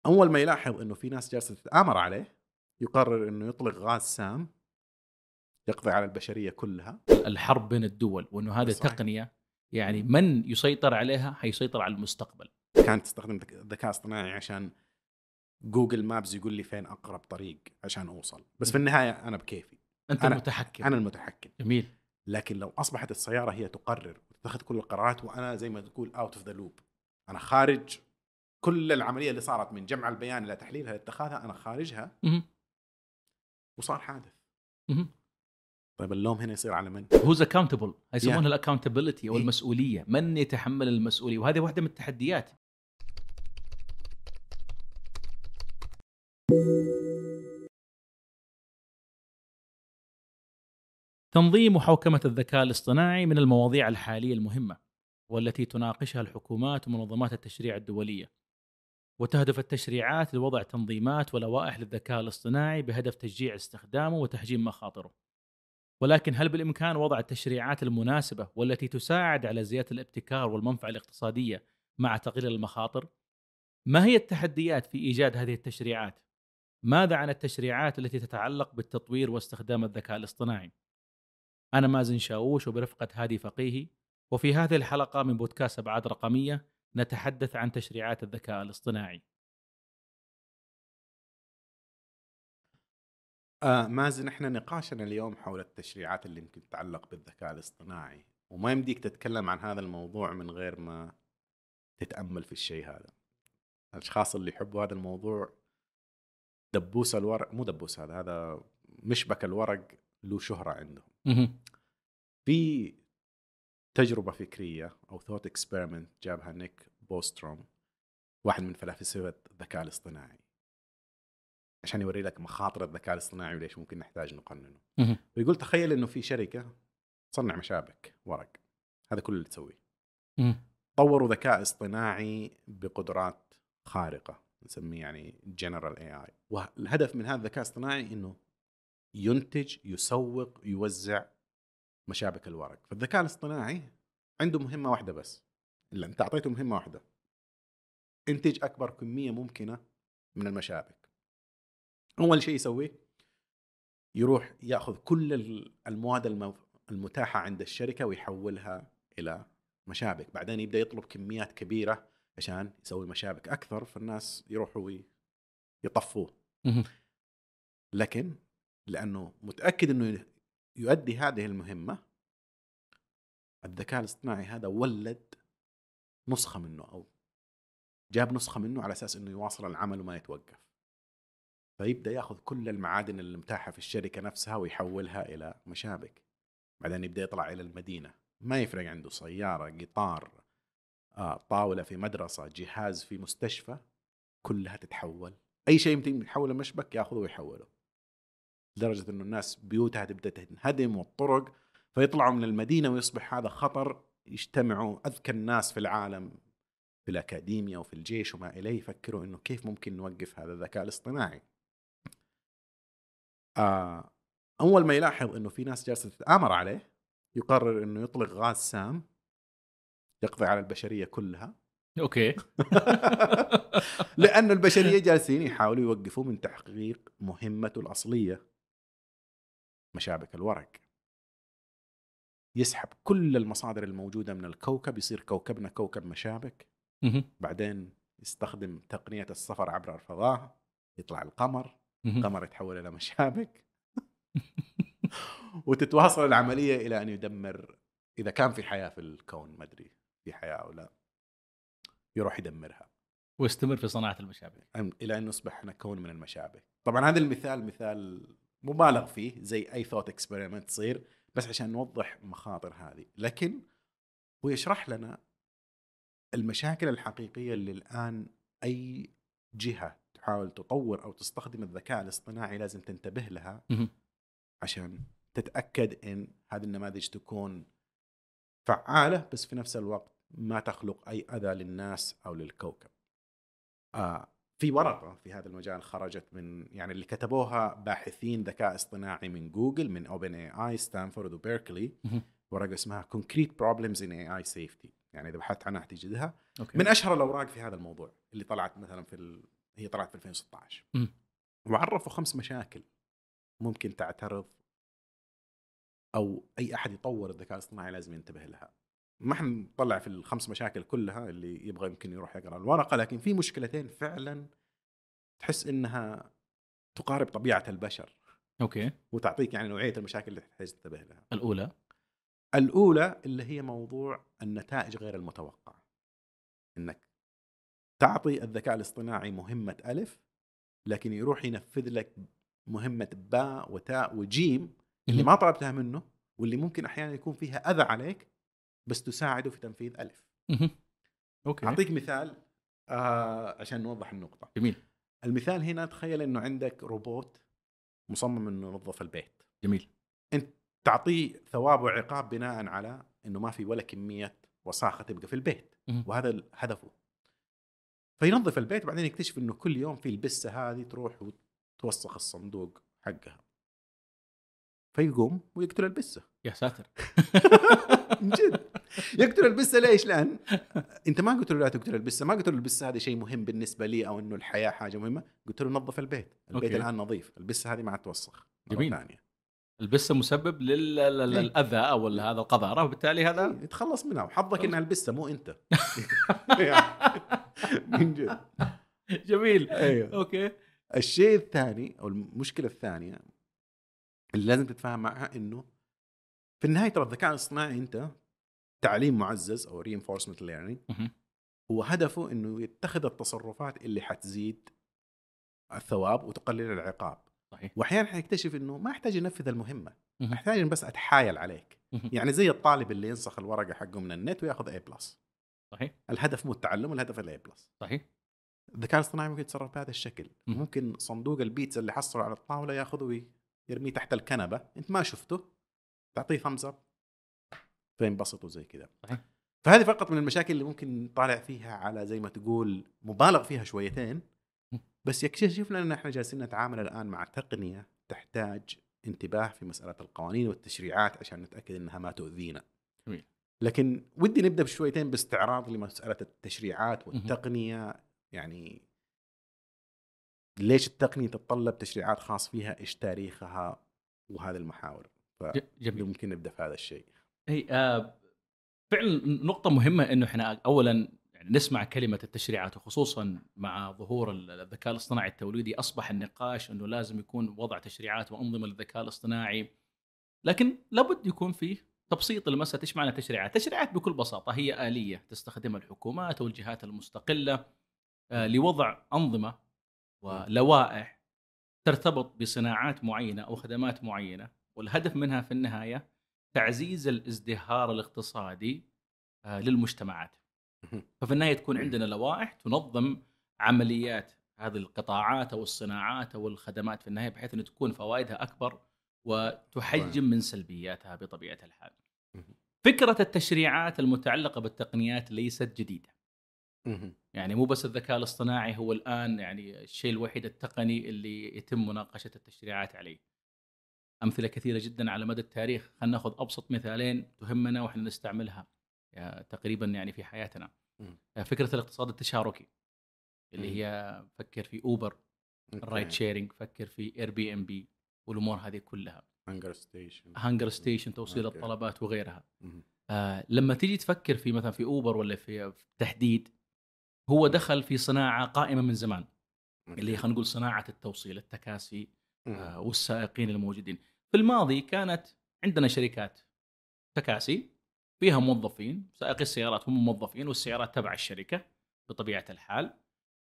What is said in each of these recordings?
أول ما يلاحظ إنه في ناس جالسة تتآمر عليه، يقرر إنه يطلق غاز سام يقضي على البشرية كلها. الحرب بين الدول، وإنه هذه صحيح. تقنية يعني إمم. من يسيطر عليها حيسيطر على المستقبل. كانت تستخدم ذكاء اصطناعي عشان جوجل مابس يقول لي فين أقرب طريق عشان أوصل، بس في اهم. النهاية أنا بكيفي. أنت أنا المتحكم. أنا المتحكم. جميل. لكن لو أصبحت السيارة هي تقرر وتتخذ كل القرارات وأنا زي ما تقول out of the loop، أنا خارج كل العملية اللي صارت من جمع البيان إلى تحليلها لاتخاذها، أنا خارجها اهم. وصار حادث. اهم. طيب اللوم هنا يصير على من؟ who's accountable هاي يا يسمونها الaccountability أو إيه. المسؤولية، من يتحمل المسؤولية، وهذه واحدة من التحديات. تنظيم وحوكمة الذكاء الاصطناعي من المواضيع الحالية المهمة، والتي تناقشها الحكومات ومنظمات التشريع الدولية، وتهدف التشريعات لوضع تنظيمات ولوائح للذكاء الاصطناعي بهدف تشجيع استخدامه وتحجيم مخاطره. ولكن هل بالإمكان وضع التشريعات المناسبة والتي تساعد على زيادة الابتكار والمنفعة الاقتصادية مع تقليل المخاطر؟ ما هي التحديات في إيجاد هذه التشريعات؟ ماذا عن التشريعات التي تتعلق بالتطوير واستخدام الذكاء الاصطناعي؟ أنا مازن شاووش وبرفقة هادي فقيهي، وفي هذه الحلقة من بودكاست أبعاد رقمية نتحدث عن تشريعات الذكاء الاصطناعي. مازن، إحنا نقاشنا اليوم حول التشريعات اللي يمكن تتعلق بالذكاء الاصطناعي، وما يمديك تتكلم عن هذا الموضوع من غير ما تتأمل في الشيء هذا. الأشخاص اللي يحبوا هذا الموضوع، دبوس الورق، مو دبوس، هذا مشبك الورق له شهرة عندهم. مهم. في تجربة فكرية أو ثوت اكسبيرمنت جابها نيك بوستروم، واحد من فلاسفة الذكاء الاصطناعي، عشان يوري لك مخاطر الذكاء الاصطناعي وليش ممكن نحتاج نقننه. مهم. ويقول تخيل إنه في شركة تصنع مشابك ورق، هذا كل اللي تسويه. مهم. طوروا ذكاء اصطناعي بقدرات خارقة نسميه يعني جنرال اي اي، والهدف من هذا الذكاء الاصطناعي انه ينتج، يسوق، يوزع مشابك الورق. فالذكاء الاصطناعي عنده مهمة واحدة بس، اللي انت اعطيته مهمة واحدة: انتج اكبر كمية ممكنة من المشابك. اول شيء يسويه يروح ياخذ كل المواد المتاحة عند الشركة ويحولها الى مشابك، بعدين يبدأ يطلب كميات كبيرة عشان يسوي مشابك أكثر، فالناس يروحوا يطفوه. مهم. لكن لأنه متأكد أنه يؤدي هذه المهمة، الذكاء الاصطناعي هذا ولد نسخة منه، أو جاب نسخة منه على أساس أنه يواصل العمل وما يتوقف. فيبدأ يأخذ كل المعادن المتاحة في الشركة نفسها ويحولها إلى مشابك. بعدين يبدأ يطلع إلى المدينة، ما يفرق عنده سيارة، قطار، طاولة في مدرسة، جهاز في مستشفى، كلها تتحول. أي شيء يمكن يحوله مشبك يأخذه ويحوله، لدرجة أنه الناس بيوتها تبدأ تنهدم والطرق، فيطلعوا من المدينة ويصبح هذا خطر. يجتمعوا أذكى الناس في العالم في الأكاديمية وفي الجيش وما إليه، يفكروا أنه كيف ممكن نوقف هذا الذكاء الاصطناعي. أول ما يلاحظ أنه في ناس جالسة تتآمر عليه، يقرر أنه يطلق غاز سام يقضي على البشرية كلها. أوكي. لأن البشرية جالسين يحاولوا يوقفوا من تحقيق مهمته الأصلية، مشابك الورق. يسحب كل المصادر الموجودة من الكوكب، يصير كوكبنا كوكب مشابك. مهم. بعدين يستخدم تقنية السفر عبر الفضاء، يطلع القمر، مهم. القمر يتحول إلى مشابك، وتتواصل العملية إلى أن يدمر، إذا كان في حياة في الكون، ما أدري في حياة أو لا، يروح يدمرها واستمر في صناعة المشابك. إلى أن نصبح احنا كون من المشابك. طبعا هذا المثال مثال مبالغ فيه، زي أي ثوت اكسبيرمنت تصير، بس عشان نوضح مخاطر هذه. لكن هو يشرح لنا المشاكل الحقيقية اللي الآن أي جهة تحاول تطور أو تستخدم الذكاء الاصطناعي لازم تنتبه لها، مهم. عشان تتأكد إن هذه النماذج تكون فعالة، بس في نفس الوقت ما تخلق أي أذى للناس أو للكوكب. في ورقة في هذا المجال خرجت من يعني اللي كتبوها باحثين ذكاء اصطناعي من جوجل، من اوبن اي اي، ستانفورد وبيركلي. مهم. ورقة اسمها Concrete Problems in AI Safety، يعني إذا بحثت عنها تجدها. أوكي. من أشهر الأوراق في هذا الموضوع اللي طلعت مثلا في هي طلعت في 2016. م. وعرفوا 5 مشاكل ممكن تعترض او اي احد يطور الذكاء الاصطناعي لازم ينتبه لها. ما حنطلع في ال5 مشاكل كلها، اللي يبغى يمكن يروح يقرا الورقه، لكن في مشكلتين فعلا تحس انها تقارب طبيعه البشر اوكي. وتعطيك يعني نوعيه المشاكل اللي تحتاج تنتبه لها. الاولى اللي هي موضوع النتائج غير المتوقعه، انك تعطي الذكاء الاصطناعي مهمه الف لكن يروح ينفذ لك مهمه باء وتاء وجيم اللي ما طلبتها منه، واللي ممكن احيانا يكون فيها اذى عليك بس تساعده في تنفيذ الف. اوكي. اعطيك مثال عشان نوضح النقطه. جميل. المثال هنا، تخيل انه عندك روبوت مصمم انه ينظف البيت. جميل. انت تعطيه ثواب وعقاب بناء على انه ما في ولا كميه وساخه تبقى في البيت، وهذا هدفه. فينظف البيت وبعدين يكتشف انه كل يوم في البسه هذه تروح وتوسخ الصندوق حقها، فيقوم ويقتل البسه. يا ساتر. من جد يقتل البسه. ليش؟ لان انت ما قلت له لا تقتل البسه، ما قلت له البسه هذا شيء مهم بالنسبه لي او انه الحياه حاجه مهمه، قلت له نظف البيت. البيت الان نظيف، البسه هذه ما توسخ مره ثانيه. البسه مسبب للاذى او هذا القذاره، وبالتالي هذا يتخلص منها، وحظك انها البسه مو انت. من جد. جميل. أيوه. اوكي. الشيء الثاني او المشكله الثانيه اللي لازم تتفاهم معها، انه في النهايه ترى الذكاء الاصطناعي انت تعليم معزز او reinforcement learning هو هدفه انه يتخذ التصرفات اللي حتزيد الثواب وتقلل العقاب. صحيح. واحيانا حيكتشف انه ما يحتاج ينفذ المهمه، يحتاج بس اتحايل عليك. يعني زي الطالب اللي ينسخ الورقه حقه من النت وياخذ A+. صحيح. الهدف مو التعلم، الهدف A+. صحيح. الذكاء الاصطناعي ممكن يتصرف بهذا الشكل. ممكن صندوق البيتزا اللي حصله على الطاوله ياخذه ويرميه تحت الكنبه، انت ما شفته، تعطيه ثامز اب فينبسط وزي كذا. صحيح. فهذه فقط من المشاكل اللي ممكن نطالع فيها على زي ما تقول مبالغ فيها شويتين، بس يكشف لنا ان احنا جالسين نتعامل الان مع تقنيه تحتاج انتباه في مساله القوانين والتشريعات عشان نتاكد انها ما تؤذينا. جميل. لكن ودي نبدا بشويتين باستعراض لمساله التشريعات والتقنيه. يعني ليش التقنيه تتطلب تشريعات خاص فيها، ايش تاريخها، وهذه المحاور. ممكن نبدا في هذا الشيء. اي فعلا نقطه مهمه، انه احنا اولا يعني نسمع كلمه التشريعات، وخصوصا مع ظهور الذكاء الاصطناعي التوليدي اصبح النقاش انه لازم يكون وضع تشريعات وانظمه للذكاء الاصطناعي. لكن لابد يكون فيه تبسيط لمسألة ايش معنى تشريعات. تشريعات بكل بساطة هي آلية تستخدمها الحكومات والجهات المستقلة لوضع أنظمة ولوائح ترتبط بصناعات معينة أو خدمات معينة، والهدف منها في النهاية تعزيز الازدهار الاقتصادي للمجتمعات. ففي النهاية تكون عندنا لوائح تنظم عمليات هذه القطاعات أو الصناعات أو الخدمات في النهاية، بحيث أن تكون فوائدها أكبر وتحجم من سلبياتها بطبيعة الحال. فكرة التشريعات المتعلقة بالتقنيات ليست جديدة. يعني مو بس الذكاء الاصطناعي هو الآن يعني الشيء الوحيد التقني اللي يتم مناقشة التشريعات عليه. أمثلة كثيرة جدا على مدى التاريخ. خلينا نأخذ أبسط مثالين تهمنا وإحنا نستعملها تقريبا يعني في حياتنا. فكرة الاقتصاد التشاركي اللي هي فكر في أوبر، الرايد شيرينج، فكر في اير بي ام بي والأمور هذه كلها، هانجر ستيشن توصيل الطلبات وغيرها. لما تيجي تفكر في مثلا في أوبر ولا في تحديد، هو دخل في صناعة قائمة من زمان اللي خلينا نقول صناعة التوصيل، التكاسي والسائقين الموجودين. في الماضي كانت عندنا شركات تكاسي فيها موظفين، سائقي السيارات هم موظفين والسيارات تبع الشركة بطبيعة الحال،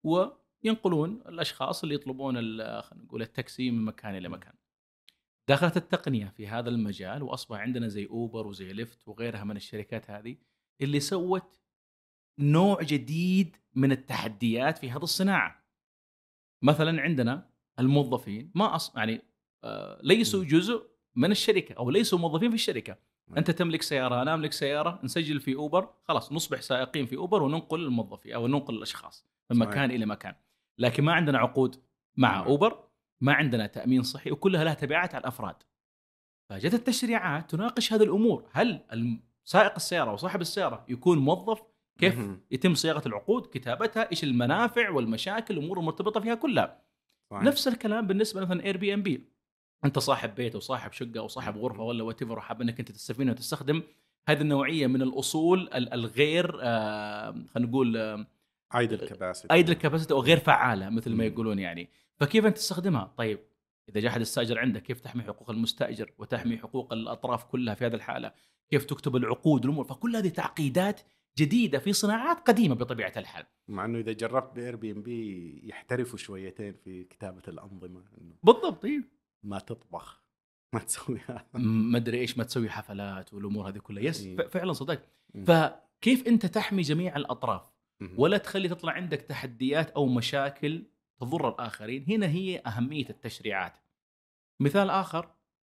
وينقلون الأشخاص اللي يطلبون خلينا نقول التاكسي من مكان إلى مكان. دخلت التقنية في هذا المجال وأصبح عندنا زي أوبر وزي ليفت وغيرها من الشركات هذه اللي سوت نوع جديد من التحديات في هذه الصناعة. مثلا عندنا الموظفين ما يعني ليسوا جزء من الشركة أو ليسوا موظفين في الشركة. أنت تملك سيارة، أنا أملك سيارة، نسجل في أوبر، خلاص نصبح سائقين في أوبر وننقل الموظفين أو ننقل الأشخاص من مكان إلى مكان. لكن ما عندنا عقود مع أوبر، ما عندنا تأمين صحي، وكلها لها تبعات على الأفراد. فجت التشريعات تناقش هذه الأمور. هل سائق السيارة وصاحب السيارة يكون موظف كيف يتم صياغه العقود، كتابتها، ايش المنافع والمشاكل، الامور المرتبطه فيها كلها. صحيح. نفس الكلام بالنسبه مثلا اير بي ام بي. انت صاحب بيت او صاحب شقه او صاحب غرفه ولا وات ايفر، وحاب انك انت تستفيد وتستخدم هذه النوعيه من الاصول الغير خلينا نقول ايدل كاباسيتي ايدل كاباسيتي او غير فعاله مثل ما مم. يقولون يعني. فكيف انت تستخدمها؟ طيب اذا جاء احد السائجر عندك، كيف تحمي حقوق المستاجر وتحمي حقوق الاطراف كلها في هذه الحاله؟ كيف تكتب العقود الامور؟ فكل هذه تعقيدات جديده في صناعات قديمه بطبيعه الحال. مع انه اذا جربت باير بي ام بي يحترفوا شويتين في كتابه الانظمه، انه بالضبط. إيه. ما تطبخ، ما تسوي هذا. ما ادري ايش، ما تسوي حفلات والامور هذه كلها. يس إيه. فعلا صدقت. مم. فكيف انت تحمي جميع الاطراف مم. ولا تخلي تطلع عندك تحديات او مشاكل تضر الاخرين؟ هنا هي اهميه التشريعات. مثال اخر،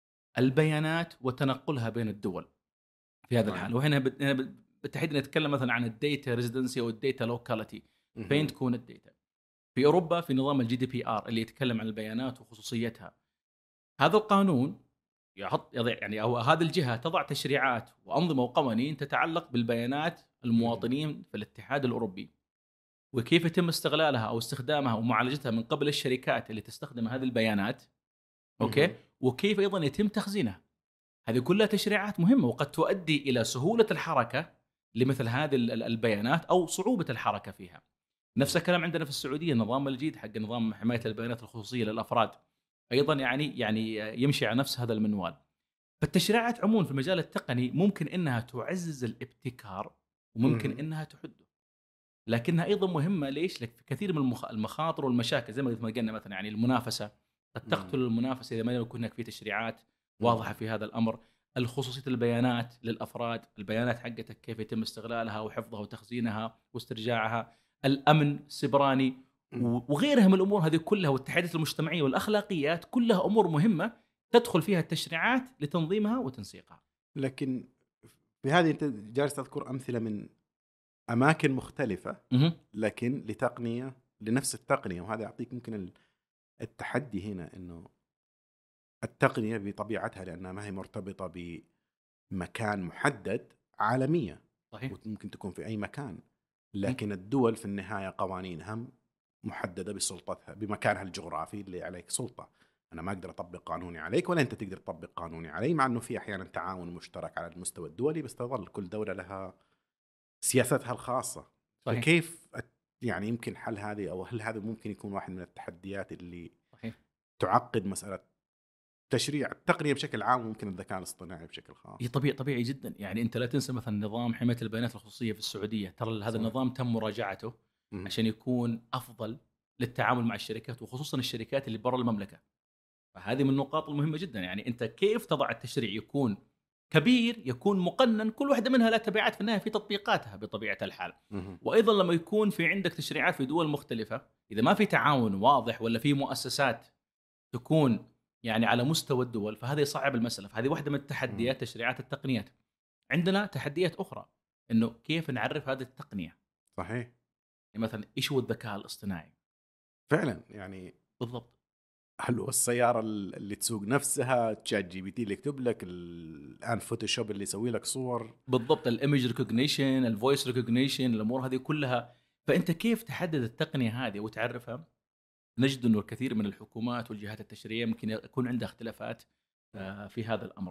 البيانات وتنقلها بين الدول في هذا صحيح. الحال. وهنا بالتحديد نتكلم مثلا عن الديتا ريزيدنسي او الديتا لوكاليتي. مم. فين تكون الديتا؟ في اوروبا في نظام الجي دي بي ار اللي يتكلم عن البيانات وخصوصيتها. هذا القانون يضع يعني، او هذه الجهه تضع تشريعات وانظمه وقوانين تتعلق بالبيانات المواطنين في الاتحاد الاوروبي، وكيف يتم استغلالها او استخدامها ومعالجتها من قبل الشركات اللي تستخدم هذه البيانات. اوكي. مم. وكيف ايضا يتم تخزينها. هذه كلها تشريعات مهمه وقد تؤدي الى سهوله الحركه لمثل هذه البيانات او صعوبه الحركه فيها. نفس الكلام عندنا في السعوديه، النظام الجديد حق نظام حمايه البيانات الخصوصيه للافراد ايضا يعني يمشي على نفس هذا المنوال. فالتشريعات عموما في المجال التقني ممكن انها تعزز الابتكار وممكن مم. انها تحده، لكنها ايضا مهمه. ليش؟ لك في كثير من المخاطر والمشاكل زي ما قلنا مثلا يعني المنافسه قد تقتل المنافسه اذا ما يكون هناك في تشريعات واضحه في هذا الامر. الخصوصيه البيانات للافراد، البيانات حقتك كيف يتم استغلالها وحفظها وتخزينها واسترجاعها، الامن السيبراني وغيرها من الامور هذه كلها، والتحديات المجتمعيه والاخلاقيات، كلها امور مهمه تدخل فيها التشريعات لتنظيمها وتنسيقها. لكن في هذه انت جالس تذكر امثله من اماكن مختلفه، لكن لتقنيه لنفس التقنيه، وهذا يعطيك ممكن التحدي هنا، انه التقنيه بطبيعتها لانها ما هي مرتبطه بمكان محدد عالميه، صحيح. وممكن تكون في اي مكان، لكن الدول في النهايه قوانينها محدده بسلطتها بمكانها الجغرافي اللي عليك سلطه. انا ما اقدر اطبق قانوني عليك ولا انت تقدر تطبق قانوني علي، مع انه في احيانا تعاون مشترك على المستوى الدولي، بس تظل كل دوله لها سياستها الخاصه. صحيح. فكيف يعني يمكن حل هذه، او هل هذا ممكن يكون واحد من التحديات اللي صحيح. تعقد مساله تشريع التقنيه بشكل عام، وممكن الذكاء الاصطناعي بشكل خاص؟ هي طبيعي جدا. يعني انت لا تنسى مثلا نظام حمايه البيانات الخصوصيه في السعوديه، ترى هذا النظام تم مراجعته عشان يكون افضل للتعامل مع الشركات وخصوصا الشركات اللي برا المملكه. فهذه من النقاط المهمه جدا. يعني انت كيف تضع التشريع يكون كبير، يكون مقنن، كل واحده منها لها تبعات في النهايه في تطبيقاتها بطبيعه الحال. وايضا لما يكون في عندك تشريعات في دول مختلفه، اذا ما في تعاون واضح ولا في مؤسسات تكون يعني على مستوى الدول، فهذا يصعب المساله. فهذه واحده من التحديات تشريعات التقنيات. عندنا تحديات اخرى، انه كيف نعرف هذه التقنيه. صحيح. يعني مثلا ايش هو الذكاء الاصطناعي فعلا يعني بالضبط؟ هل هو السياره اللي تسوق نفسها، تشات جي بي تي اللي يكتب لك، الان فوتوشوب اللي يسوي لك صور؟ بالضبط. الايمج ريكوجنيشن، الفويس ريكوجنيشن، الامور هذه كلها. فانت كيف تحدد التقنيه هذه وتعرفها؟ نجد انه الكثير من الحكومات والجهات التشريعيه ممكن يكون عندها اختلافات في هذا الامر.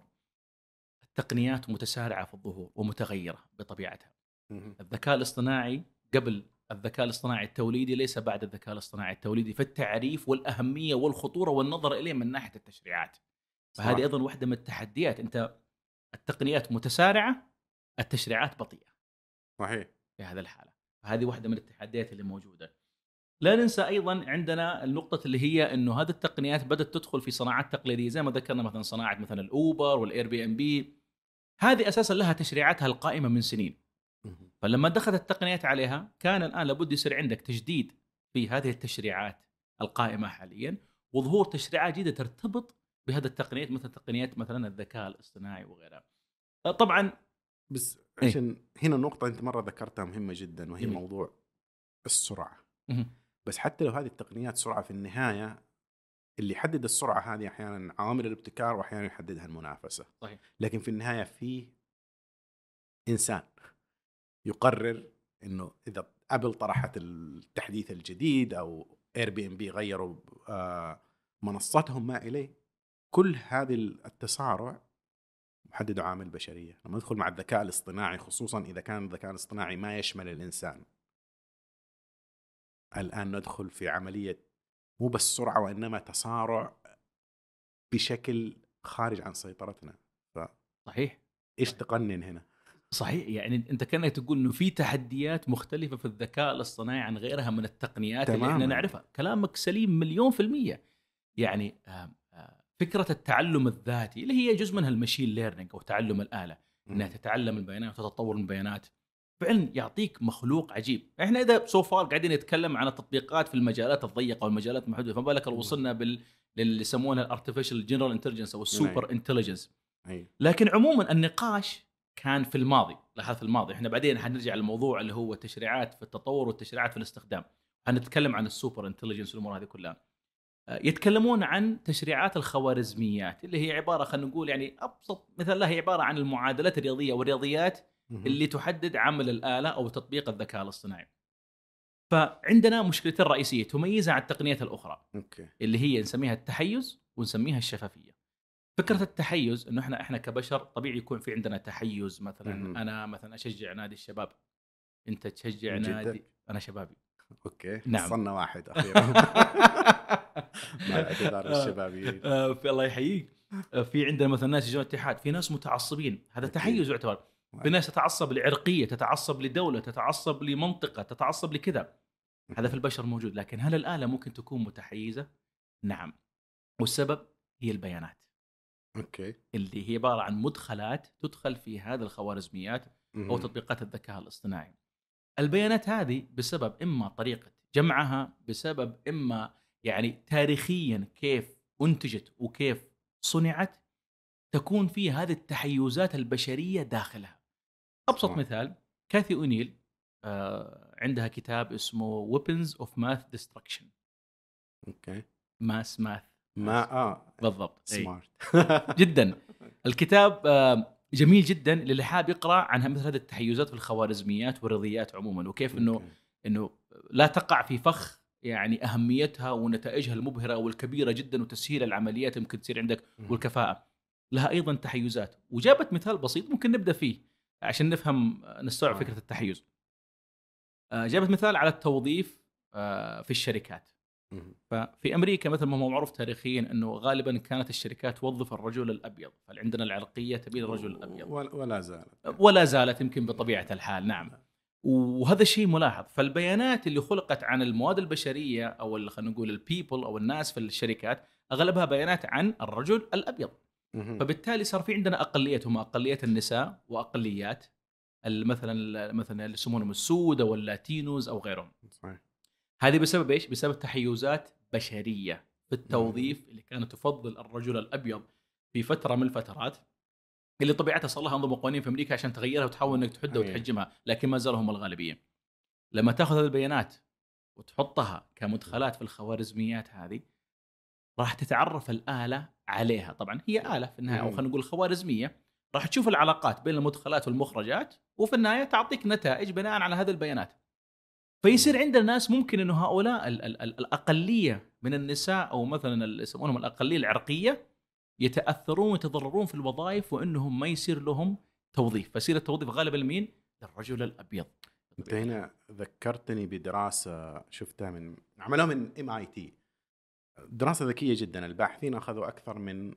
التقنيات متسارعه في الظهور ومتغيره بطبيعتها. الذكاء الاصطناعي قبل الذكاء الاصطناعي التوليدي ليس بعد الذكاء الاصطناعي التوليدي في التعريف والاهميه والخطوره والنظر اليه من ناحيه التشريعات. فهذه ايضا واحده من التحديات. انت التقنيات متسارعه، التشريعات بطيئه. صحيح. في هذا الحاله، فهذه واحده من التحديات اللي موجوده. لا ننسى ايضا عندنا النقطه اللي هي انه هذه التقنيات بدات تدخل في صناعات تقليديه زي ما ذكرنا، مثلا صناعه مثلا الاوبر والاير بي ام بي. هذه اساسا لها تشريعاتها القائمه من سنين. فلما دخلت التقنيات عليها كان الان لابد يصير عندك تجديد في هذه التشريعات القائمه حاليا، وظهور تشريعات جديده ترتبط بهذه التقنيات مثل تقنيات مثلا الذكاء الاصطناعي وغيرها. طبعا بس عشان هنا نقطة أنت مرة ذكرتها مهمة جدا، وهي جميل. موضوع السرعة. بس حتى لو هذه التقنيات سرعة، في النهاية اللي يحدد السرعة هذه أحيانا عوامل الابتكار، وأحيانا يحددها المنافسة. صحيح. لكن في النهاية في إنسان يقرر انه اذا ابل طرحت التحديث الجديد او اير بي ام بي غيروا منصتهم ما اليه، كل هذه التسارع محدد عامل بشريه. لما ندخل مع الذكاء الاصطناعي، خصوصا اذا كان الذكاء الاصطناعي ما يشمل الانسان، الان ندخل في عمليه مو بس سرعه وانما تسارع بشكل خارج عن سيطرتنا. صحيح. ايش تقنن هنا؟ صحيح، يعني انت كانك تقول انه في تحديات مختلفه في الذكاء الاصطناعي عن غيرها من التقنيات اللي احنا تماماً. نعرفها. كلامك سليم 1,000,000%. يعني فكره التعلم الذاتي اللي هي جزء منها المشين ليرنينج او تعلم الاله، انها تتعلم البيانات وتتطور من البيانات، فعلا يعطيك مخلوق عجيب. احنا اذا سو فار قاعدين نتكلم عن التطبيقات في المجالات الضيقه والمجالات المحدوده، فما بالك لو وصلنا للي يسمونه الارتفيشال جنرال انتليجنس او السوبر انتليجنس. لكن عموما النقاش كان في الماضي، لاحظت الماضي. احنا بعدين حنرجع للموضوع اللي هو التشريعات في التطور والتشريعات في الاستخدام، هنتكلم عن السوبر انتليجنس والامور هذه كلها. يتكلمون عن تشريعات الخوارزميات اللي هي عباره، خلينا نقول يعني ابسط مثال لها، هي عباره عن المعادلات الرياضيه والرياضيات اللي تحدد عمل الاله او تطبيق الذكاء الاصطناعي. فعندنا مشكلتين رئيسيه تميزها عن التقنيات الاخرى، اللي هي نسميها التحيز ونسميها الشفافيه. فكره التحيز انه احنا كبشر طبيعي يكون في عندنا تحيز. مثلا انا مثلا اشجع نادي الشباب، انت تشجع نادي، انا شبابي. اوكي، نعم. وصلنا واحد اخيرا. مع اعتذار الشبابيين. في الله يحييك. في عندنا مثلا ناس يجون الاتحاد، في ناس متعصبين، هذا تحيز يعتبر. في ناس تتعصب لعرقيه، تتعصب لدوله، تتعصب لمنطقه، تتعصب لكذا. هذا في البشر موجود. لكن هل الآلة ممكن تكون متحيزة؟ نعم. والسبب هي البيانات. اوكي. اللي هي عبارة عن مدخلات تدخل في هذه الخوارزميات أو تطبيقات الذكاء الاصطناعي. البيانات هذه بسبب إما طريقة جمعها، بسبب إما يعني تاريخيا كيف أنتجت وكيف صنعت، تكون في هذه التحيزات البشرية داخلها. أبسط مثال، كاثي أونيل عندها كتاب اسمه Weapons of Math Destruction. اوكي. ماث بالضبط. سمارت. جدا. الكتاب جميل جدا للي حاب يقرا عن مثل هذه التحيزات في الخوارزميات والرياضيات عموما، وكيف انه لا تقع في فخ يعني اهميتها ونتائجها المبهره والكبيره جدا وتسهيل العمليات ممكن تصير عندك والكفاءه، لها ايضا تحيزات. وجابت مثال بسيط ممكن نبدا فيه عشان نفهم نستوعب فكره التحيز. جابت مثال على التوظيف في الشركات. ففي امريكا مثل ما هو معروف تاريخيا انه غالبا كانت الشركات توظف الرجل الابيض، فعندنا العرقيه تبين الرجل الابيض ولا زالت يمكن بطبيعه الحال. نعم. وهذا الشيء ملاحظ. فالبيانات اللي خلقت عن المواد البشريه او خلينا نقول البيبل او الناس في الشركات اغلبها بيانات عن الرجل الابيض. فبالتالي صار في عندنا اقليات، هم اقليات النساء واقليات مثلا اللي يسمونهم السود او اللاتينوز او غيرهم. صحيح. هذه بسبب ايش؟ بسبب تحيزات بشريه في التوظيف اللي كانت تفضل الرجل الابيض في فتره من الفترات، اللي طبيعتها صار لها انظمه وقوانين في امريكا عشان تغيرها وتحاول انك تحدها وتحجمها، لكن ما زالوا هم الغالبيه. لما تاخذ هذه البيانات وتحطها كمدخلات في الخوارزميات هذه، راح تتعرف الآلة عليها. طبعا هي آلة في النهايه او خلينا نقول خوارزميه، راح تشوف العلاقات بين المدخلات والمخرجات، وفي النهايه تعطيك نتائج بناء على هذه البيانات. فيصير عندنا ناس ممكن انه هؤلاء الاقليه من النساء او مثلا اللي يسمونهم الاقليه العرقيه يتاثرون ويتضررون في الوظائف، وانهم ما يصير لهم توظيف، فيصير التوظيف غالبا لمين؟ للرجل الابيض. انت هنا ذكرتني بدراسه شفتها من عملوها من MIT، دراسه ذكيه جدا. الباحثين اخذوا اكثر من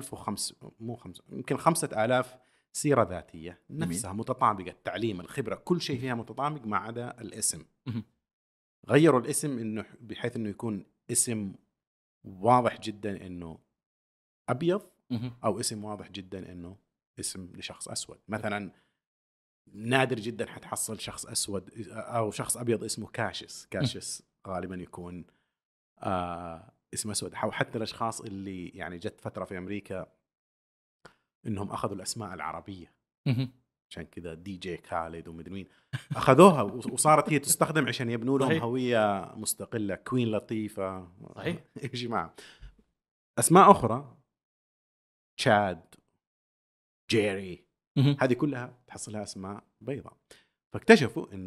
5,000 سيره ذاتيه نفسها متطابقه، التعليم، الخبره، كل شيء فيها متطابق ما عدا الاسم. غيروا الاسم انه بحيث انه يكون اسم واضح جدا انه ابيض، او اسم واضح جدا انه اسم لشخص اسود. مثلا نادر جدا حتحصل شخص اسود او شخص ابيض اسمه كاشس غالبا يكون اسم اسود. او حتى الاشخاص اللي يعني جت فتره في امريكا انهم اخذوا الاسماء العربيه، عشان كذا دي جي خالد ومدري مين اخذوها وصارت هي تستخدم عشان يبنوا لهم هويه مستقله. كوين لطيفه. صحيح يا جماعه. اسماء اخرى تشاد، جيري، هذه كلها تحصلها اسماء بيضاء. فاكتشفوا انه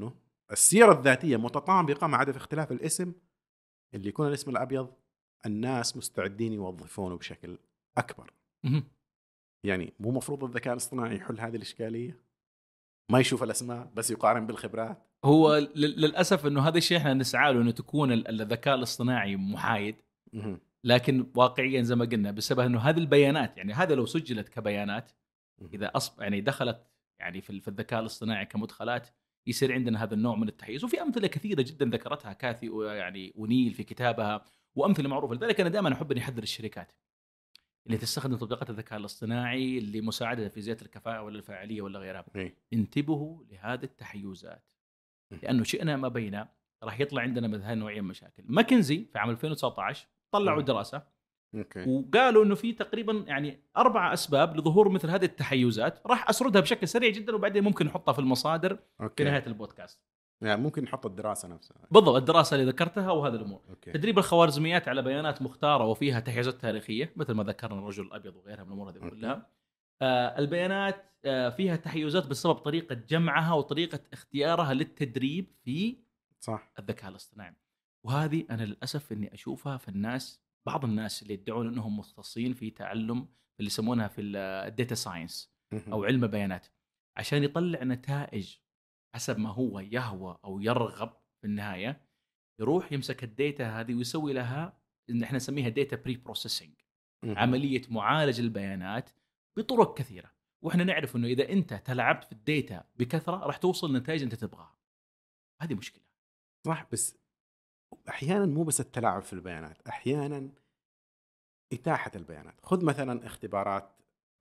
السيرة الذاتية متطابقة ما عدا في اختلاف الاسم، اللي يكون الاسم الأبيض الناس مستعدين يوظفونه بشكل أكبر. يعني مو مفروض الذكاء الاصطناعي يحل هذه الإشكالية، ما يشوف الأسماء بس يقارن بالخبرات. هو للاسف انه هذا الشيء احنا نسعى له، انه تكون الذكاء الاصطناعي محايد، مهم. لكن واقعيا زي ما قلنا بسبب انه هذه البيانات، يعني هذا لو سجلت كبيانات، اذا يعني دخلت يعني في الذكاء الاصطناعي كمدخلات، يصير عندنا هذا النوع من التحيز. وفي امثله كثيره جدا ذكرتها كاثي يعني ونيل في كتابها، وامثله معروفه. لذلك انا دائما احب اني احذر الشركات اللي تستخدم تطبيقات الذكاء الاصطناعي لمساعده في زياده الكفاءه ولا الفاعليه ولا غيرها. إيه. انتبهوا لهذه التحيزات، لانه شئنا ما بينا راح يطلع عندنا مثل هذه النوعيه من المشاكل. ماكنزي في عام 2019 طلعوا دراسه أوكي. وقالوا انه في تقريبا يعني 4 أسباب لظهور مثل هذه التحيزات. راح اسردها بشكل سريع جدا وبعدين ممكن نحطها في المصادر في أوكي. نهايه البودكاست. يعني ممكن نحط الدراسة نفسها. بالضبط، الدراسه اللي ذكرتها وهذه الامور. أوكي. تدريب الخوارزميات على بيانات مختاره وفيها تحيزات تاريخيه مثل ما ذكرنا الرجل الابيض وغيرها من الامور هذه كلها. البيانات فيها تحيزات بسبب طريقه جمعها وطريقه اختيارها للتدريب في صح. الذكاء الاصطناعي. وهذه انا للاسف اني اشوفها في الناس، بعض الناس اللي يدعون انهم مختصين في تعلم اللي يسمونها في الداتا ساينس او علم البيانات، عشان يطلع نتائج حسب ما هو يهوى او يرغب في النهايه، يروح يمسك الداتا هذه ويسوي لها ان احنا نسميها داتا بري بروسيسنج، عمليه معالجه البيانات بطرق كثيره. واحنا نعرف انه اذا انت تلعبت في الداتا بكثره راح توصل لنتائج انت تبغاها. هذه مشكله. صح، بس أحيانا مو بس التلاعب في البيانات، أحيانا إتاحة البيانات. خذ مثلا اختبارات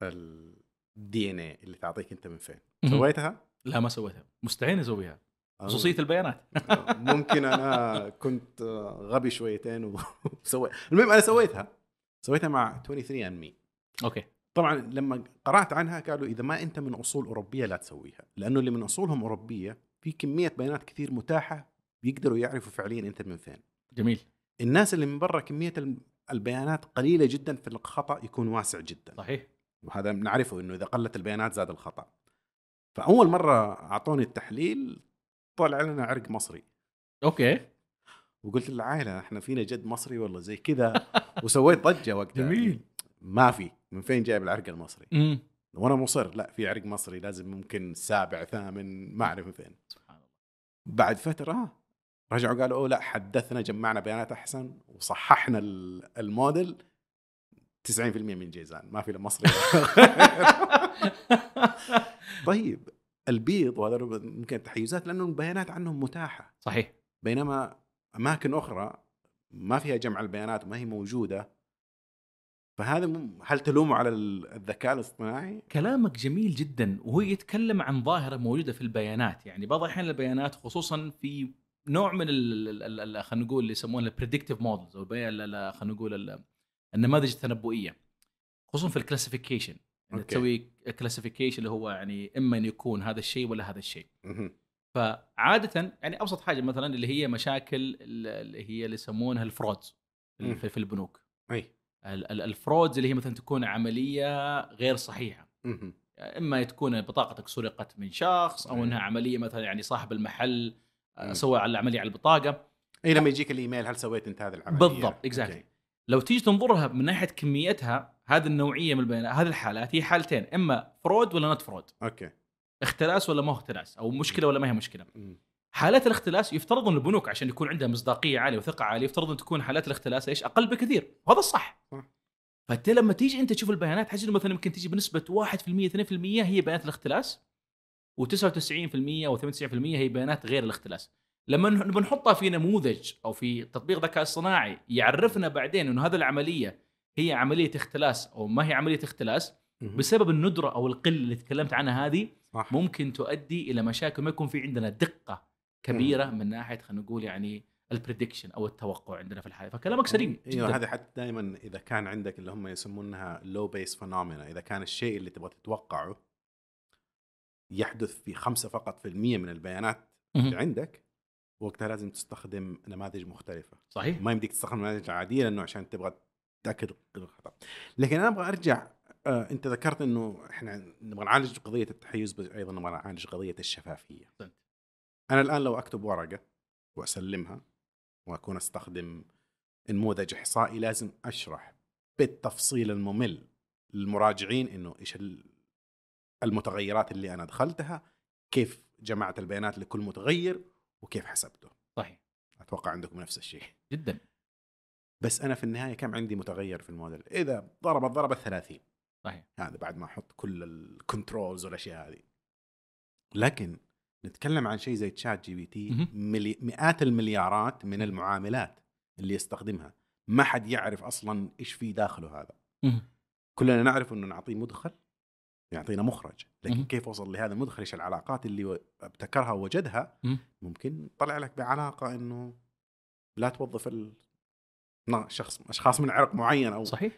الدي ان اي اللي تعطيك انت من فين. سويتها؟ لا ما سويتها، مستحيل اسويها، خصوصيه البيانات. ممكن انا كنت غبي شويتين وسويت. المهم انا سويتها مع 23 and me. اوكي. طبعا لما قرأت عنها قالوا اذا ما انت من اصول اوروبيه لا تسويها، لانه اللي من اصولهم اوروبيه في كميه بيانات كثير متاحه بيقدروا يعرفوا فعليا انت من فين. جميل. الناس اللي من برا كميه البيانات قليله جدا، في الخطأ يكون واسع جدا. صحيح. وهذا بنعرفه انه اذا قلت البيانات زاد الخطأ. فاول مره اعطوني التحليل طلع لنا عرق مصري. اوكي. وقلت للعائله احنا فينا جد مصري والله زي كذا، وسويت ضجه وقتها. جميل. ما في من فين جايب العرق المصري. وانا مصر لا في عرق مصري، لازم ممكن 7 8 ما اعرف من فين. سبحان الله. بعد فتره رجعوا قالوا لا حدثنا، جمعنا بيانات احسن وصححنا الموديل. 90% من جيزان ما في الا مصري. طيب البيض وهذا ممكن تحيزات لانه البيانات عنهم متاحه. صحيح. بينما اماكن اخرى ما فيها جمع البيانات وما هي موجوده. فهذا هل تلومه على الذكاء الاصطناعي؟ كلامك جميل جدا، وهو يتكلم عن ظاهره موجوده في البيانات. يعني بعض الاحيان البيانات خصوصا في نوع من خلينا نقول اللي يسمونه البريدكتيف مودلز او خلينا نقول النماذج التنبؤيه، خصوصا في الكلاسيفيكيشن. يعني تسوي كلاسيفيكيشن اللي هو يعني اما ان يكون هذا الشيء ولا هذا الشيء. فعاده يعني ابسط حاجه مثلا اللي هي مشاكل اللي هي اللي يسمونها الفرودز في البنوك. اي الفرودز اللي هي مثلا تكون عمليه غير صحيحه. اما تكون بطاقتك سرقت من شخص او انها عمليه مثلا يعني صاحب المحل سوى على العمليه على البطاقه. اي لما يجيك الايميل هل سويت انت هذه العمليه بالضبط. اكزاكتلي. لو تيجي تنظرها من ناحيه كميتها، هذه النوعيه من البيانات، هذه الحالات هي حالتين، اما فرود ولا نوت فرود. اوكي. اختلاس ولا ما هو اختلاس، او مشكله ولا ما هي مشكله. حالات الاختلاس يفترض ان البنوك عشان يكون عندها مصداقيه عاليه وثقه عاليه يفترض ان تكون حالات الاختلاس ايش اقل بكثير، وهذا الصح. فانت لما تيجي انت تشوف البيانات حجي مثلا ممكن تيجي بنسبه 1% 2% هي بيانات الاختلاس، و99% او 98% هي بيانات غير الاختلاس. لما بنحطها في نموذج او في تطبيق ذكاء اصطناعي يعرفنا بعدين انه هذه العمليه هي عمليه اختلاس او ما هي عمليه اختلاس، بسبب الندره او القله اللي تكلمت عنها هذه صح. ممكن تؤدي الى مشاكل، ما يكون في عندنا دقه كبيره من ناحيه خلينا نقول يعني البريدكشن او التوقع عندنا في الحياه. فكلامك سليم جدا. ايوه هذا حتى دائما اذا كان عندك اللي هم يسمونها لو بيس فينومينا، اذا كان الشيء اللي تبغى تتوقعه يحدث في 5 فقط في المية من البيانات اللي عندك، وقتها لازم تستخدم نماذج مختلفة. صحيح. ما يمديك تستخدم نماذج عادية لأنه عشان تبغى تأكد الخطأ. لكن أنا أبغى أرجع أنت ذكرت إنه إحنا نبغى نعالج قضية التحيز، بس أيضا نبغى نعالج قضية الشفافية. انا الان لو اكتب ورقه واسلمها واكون استخدم نموذج احصائي، لازم اشرح بالتفصيل الممل للمراجعين انه ايش المتغيرات اللي انا دخلتها، كيف جمعت البيانات لكل متغير، وكيف حسبته. صحيح. اتوقع عندكم نفس الشيء. جدا. بس انا في النهايه كم عندي متغير في الموديل؟ اذا ضربت 30. صحيح. هذا بعد ما احط كل الكنترولز والاشياء هذه. لكن نتكلم عن شيء زي تشات جي بي تي، مئات المليارات من المعاملات اللي يستخدمها، ما حد يعرف اصلا ايش في داخله هذا. كلنا نعرف انه نعطيه مدخل يعطينا مخرج، لكن كيف وصل لهذا المدخل، ايش العلاقات اللي ابتكرها ووجدها. ممكن طلع لك بعلاقه انه لا توظف اشخاص من عرق معين او صحيح.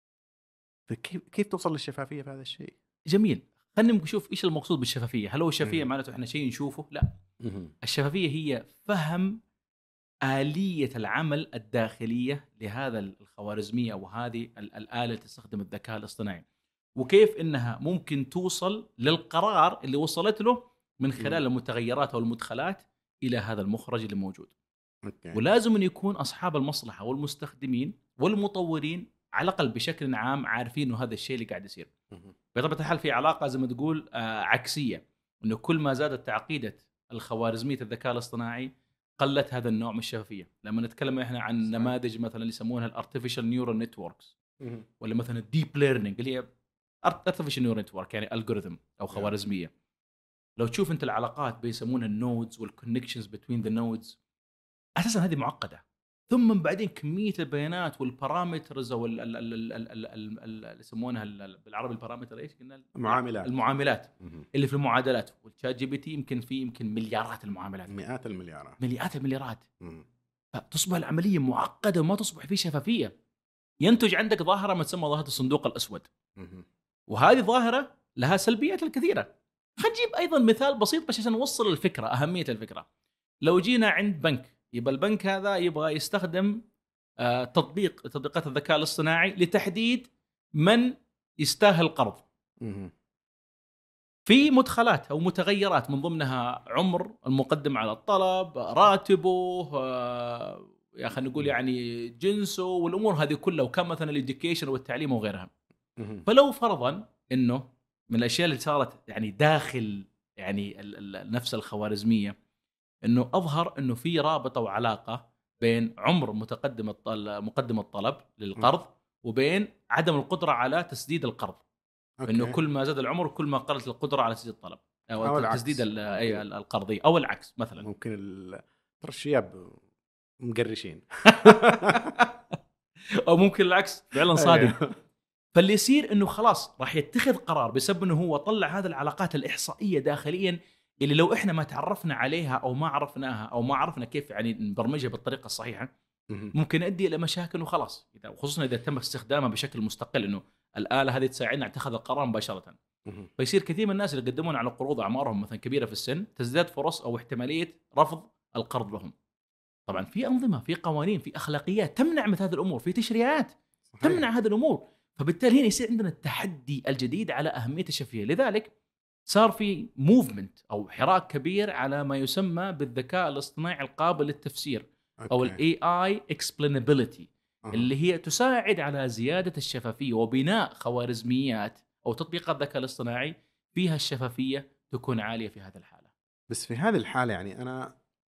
كيف توصل للشفافيه في هذا الشيء؟ جميل. خلينا نشوف ايش المقصود بالشفافيه. هل هو الشفافيه معناته احنا شيء نشوفه؟ لا. الشفافيه هي فهم آلية العمل الداخلية لهذا الخوارزمية أو هذه الآلة اللي تستخدم الذكاء الاصطناعي، وكيف إنها ممكن توصل للقرار اللي وصلت له من خلال المتغيرات أو المدخلات إلى هذا المخرج اللي موجود. ولازم أن يكون أصحاب المصلحة والمستخدمين والمطورين على الأقل بشكل عام عارفين إنه هذا الشيء اللي قاعد يصير. بطبيعة الحال في علاقة زي ما تقول عكسية، إنه كل ما زادت تعقيدة الخوارزمية الذكاء الاصطناعي قلت هذا النوع من الشفافية. لما نتكلم إحنا عن نماذج مثلا اللي يسمونها الارتفيشال نيورال نتوركس، ولا مثلا الديب ليرنينج اللي هي artificial neural network يعني algorithm أو خوارزمية. لو تشوف أنت العلاقات بيسمونها النودز والconnections between the nodes، أساسا هذه معقدة. ثم بعدين كمية البيانات والبارامترز أو اللي يسمونها بالعربي البارامتر إيش قلنا؟ المعاملات اللي في المعادلات. والشات جي بي تي يمكن مليارات المعاملات، مئات المليارات. فتصبح العملية معقدة وما تصبح فيه شفافية. ينتج عندك ظاهرة ما تسمى ظاهرة الصندوق الأسود، وهذه ظاهرة لها سلبيات الكثيرة. خلينا نجيب أيضا مثال بسيط بس عشان نوصل الفكرة، أهمية الفكرة. لو جينا عند بنك، يبقى البنك هذا يبغى يستخدم تطبيقات الذكاء الاصطناعي لتحديد من يستاهل قرض. في مدخلات أو متغيرات من ضمنها عمر المقدم على الطلب، راتبه، يا خلينا نقول يعني جنسه والأمور هذه كلها، وكان مثلا الإديوكيشن والتعليم وغيرها. فلو فرضا إنه من الأشياء اللي صارت يعني داخل يعني نفس الخوارزمية، إنه أظهر إنه في رابطة وعلاقة بين عمر مقدم الطلب للقرض وبين عدم القدرة على تسديد القرض. إنه كل ما زاد العمر كل ما قلت القدرة على تسديد الطلب أو تسديد القرضي أو العكس مثلا. ممكن الشياب مقرشين أو ممكن العكس فعلا صادق. فاللي يصير إنه خلاص راح يتخذ قرار بسبب إنه هو طلع هذه العلاقات الإحصائية داخليا اللي لو إحنا ما تعرفنا عليها أو ما عرفناها أو ما عرفنا كيف يعني نبرمجها بالطريقة الصحيحة ممكن يؤدي إلى مشاكل وخلاص. وخصوصا إذا تم استخدامها بشكل مستقل، إنه الآلة هذه تساعدنا على اتخاذ القرار مباشرة. فيصير كثير من الناس اللي يقدمون على قروض أعمارهم مثلا كبيرة في السن تزداد فرص أو احتمالية رفض القرض لهم. طبعا في أنظمة، في قوانين، في أخلاقيات تمنع مثل هذه الأمور، في تشريعات تمنع هذه الأمور. فبالتالي هنا يصير عندنا التحدي الجديد على أهمية الشفافية. لذلك صار في موفمنت أو حراك كبير على ما يسمى بالذكاء الاصطناعي القابل للتفسير أو ال AI explainability، اللي هي تساعد على زيادة الشفافية وبناء خوارزميات أو تطبيقات الذكاء الاصطناعي فيها الشفافية تكون عالية في هذه الحالة. بس في هذه الحالة يعني أنا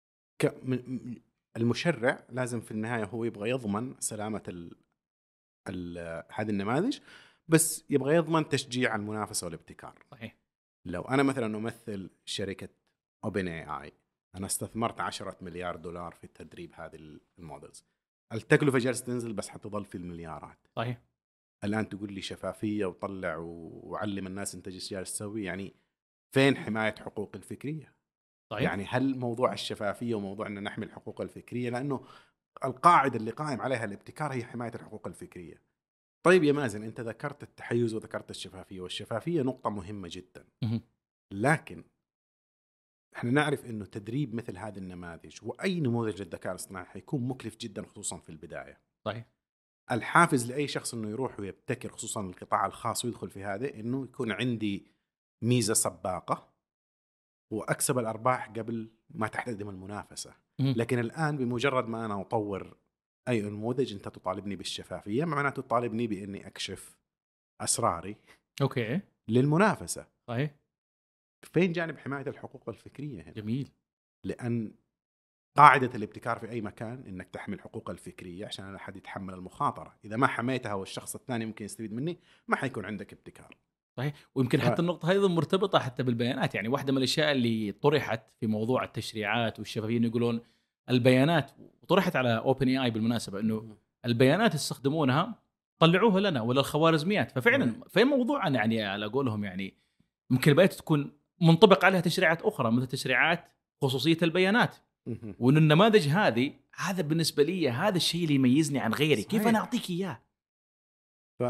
المشرع لازم في النهاية هو يبغى يضمن سلامة هذه النماذج، بس يبغى يضمن تشجيع المنافسة والابتكار. صحيح. لو أنا مثلا أمثل شركة OpenAI، أنا استثمرت 10 مليار دولار في تدريب هذه المودلز، التكلفة جالسة تنزل بس حتظل في المليارات. صحيح. الآن تقول لي شفافية وطلع وعلم الناس أنت جالس تسوي، يعني فين حماية حقوق الفكرية؟ صحيح. يعني هل موضوع الشفافية وموضوع أن نحمي الحقوق الفكرية، لأنه القاعدة اللي قائم عليها الابتكار هي حماية الحقوق الفكرية. طيب يا مازن، أنت ذكرت التحيز وذكرت الشفافية، والشفافية نقطة مهمة جدا، لكن احنا نعرف انه تدريب مثل هذه النماذج واي نموذج للذكاء الاصطناعي حيكون مكلف جدا خصوصا في البدايه. صحيح. الحافز لاي شخص انه يروح ويبتكر خصوصا القطاع الخاص ويدخل في هذا انه يكون عندي ميزه سباقه واكسب الارباح قبل ما تحتدم المنافسه. مهم. لكن الان بمجرد ما انا اطور اي نموذج انت تطالبني بالشفافيه، معناته تطالبني باني اكشف اسراري اوكي. للمنافسه. صحيح. فين جانب حمايه الحقوق الفكريه هنا؟ جميل. لان قاعده الابتكار في اي مكان انك تحمي الحقوق الفكريه عشان لا احد يتحمل المخاطره. اذا ما حميتها والشخص الثاني ممكن يستفيد مني، ما حيكون عندك ابتكار. صحيح. ويمكن حتى النقطة هذه مرتبطة حتى بالبيانات، يعني واحدة من الأشياء اللي طرحت في موضوع التشريعات والشفافية إنه يقولون البيانات، وطرحت على اوبن اي بالمناسبة، إنه البيانات يستخدمونها طلعوها لنا ولا الخوارزميات. ففعلا في موضوع يعني على قولهم يعني ممكن البيانات تكون منطبق عليها تشريعات أخرى مثل تشريعات خصوصية البيانات، وإن النماذج هذا بالنسبة لي هذا الشيء اللي يميزني عن غيري. كيف أنا أعطيك إياه؟ ف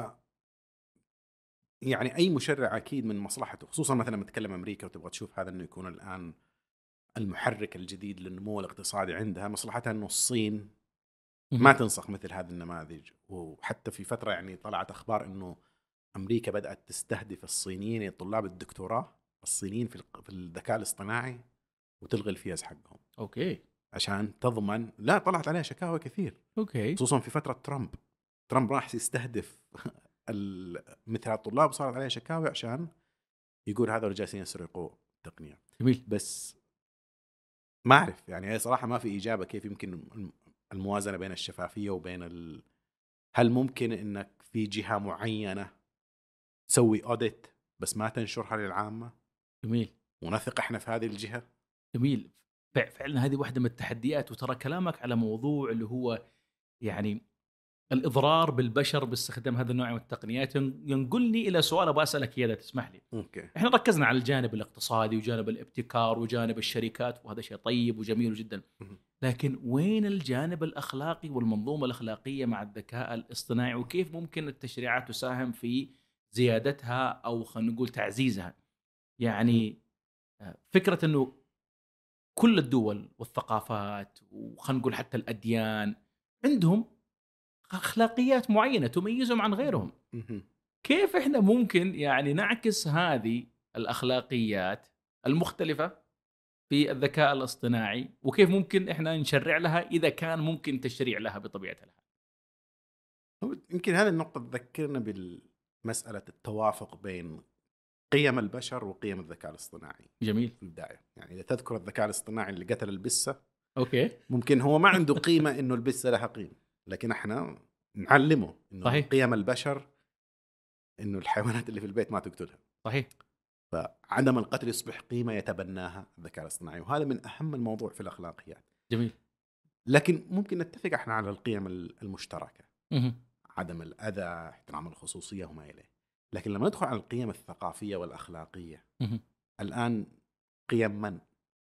يعني اي مشرع اكيد من مصلحته، خصوصا مثلا لما تتكلم امريكا وتبغى تشوف هذا انه يكون الان المحرك الجديد للنمو الاقتصادي عندها، مصلحتها انه الصين ما تنسخ مثل هذه النماذج. وحتى في فتره يعني طلعت اخبار انه امريكا بدات تستهدف الصينيين، طلاب الدكتوراه الصينيين في الذكاء الاصطناعي، وتلغي الفيز حقهم. اوكي. عشان تضمن. لا، طلعت عليها شكاوى كثير، اوكي. خصوصا في فتره ترامب راح يستهدف مثل الطلاب، وصارت عليه شكاوى عشان يقول هذول جالسين يسرقوا التقنيه. جميل. بس ما اعرف يعني، هي صراحه ما في اجابه كيف يمكن الموازنه بين الشفافيه وبين هل ممكن انك في جهه معينه تسوي اوديت بس ما تنشرها للعامه جميل. ونثق احنا في هذه الجهه؟ جميل. فعلا هذه واحدة من التحديات. وترى كلامك على موضوع اللي هو يعني الإضرار بالبشر باستخدام هذا النوع من التقنيات ينقلني إلى سؤال أبغى أسألك إياه إذا تسمح لي. اوكي. إحنا ركزنا على الجانب الاقتصادي وجانب الابتكار وجانب الشركات، وهذا شيء طيب وجميل جدا، لكن وين الجانب الأخلاقي والمنظومة الأخلاقية مع الذكاء الاصطناعي؟ وكيف ممكن التشريعات تساهم في زيادتها أو خلينا نقول تعزيزها؟ يعني فكرة أنه كل الدول والثقافات وخلينا نقول حتى الأديان عندهم أخلاقيات معينة تميزهم عن غيرهم. كيف إحنا ممكن يعني نعكس هذه الأخلاقيات المختلفة في الذكاء الاصطناعي، وكيف ممكن إحنا نشرع لها إذا كان ممكن تشريع لها بطبيعة الحال؟ يمكن هذه النقطه تذكرنا بالمساله التوافق بين قيم البشر وقيم الذكاء الاصطناعي. جميل. في البداية يعني إذا تذكر الذكاء الاصطناعي اللي قتل البسة، أوكي. ممكن هو ما عنده قيمة إنه البسة لها قيمة، لكن إحنا نعلمه إنه صحيح. قيم البشر إنه الحيوانات اللي في البيت ما تقتلها. صحيح. فعدم القتل يصبح قيمة يتبناها الذكاء الاصطناعي، وهذا من أهم الموضوع في الأخلاقيات. جميل. لكن ممكن نتفق إحنا على القيم المشتركة، مه. عدم الأذى، احترام الخصوصية وما إليه. لكن لما ندخل على القيم الثقافية والأخلاقية، مه. الآن قيم من؟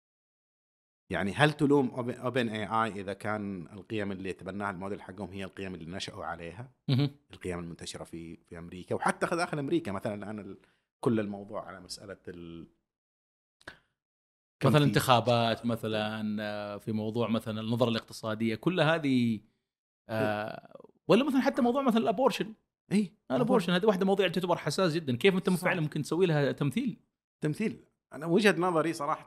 يعني هل تلوم اوبن اي اي اذا كان القيم اللي يتبناها الموديل حقهم هي القيم اللي نشأوا عليها، مه. القيم المنتشره في امريكا، وحتى داخل امريكا مثلا الان كل الموضوع على مساله مثلا انتخابات، مثلا في موضوع مثلا النظرة الاقتصادية، كل هذه ولا مثلا حتى موضوع مثلا الابورشن. اي الابورشن هذه واحدة مواضيع تعتبر حساس جدا. كيف انت فعلا ممكن تسوي لها تمثيل؟ انا وجهه نظري صراحه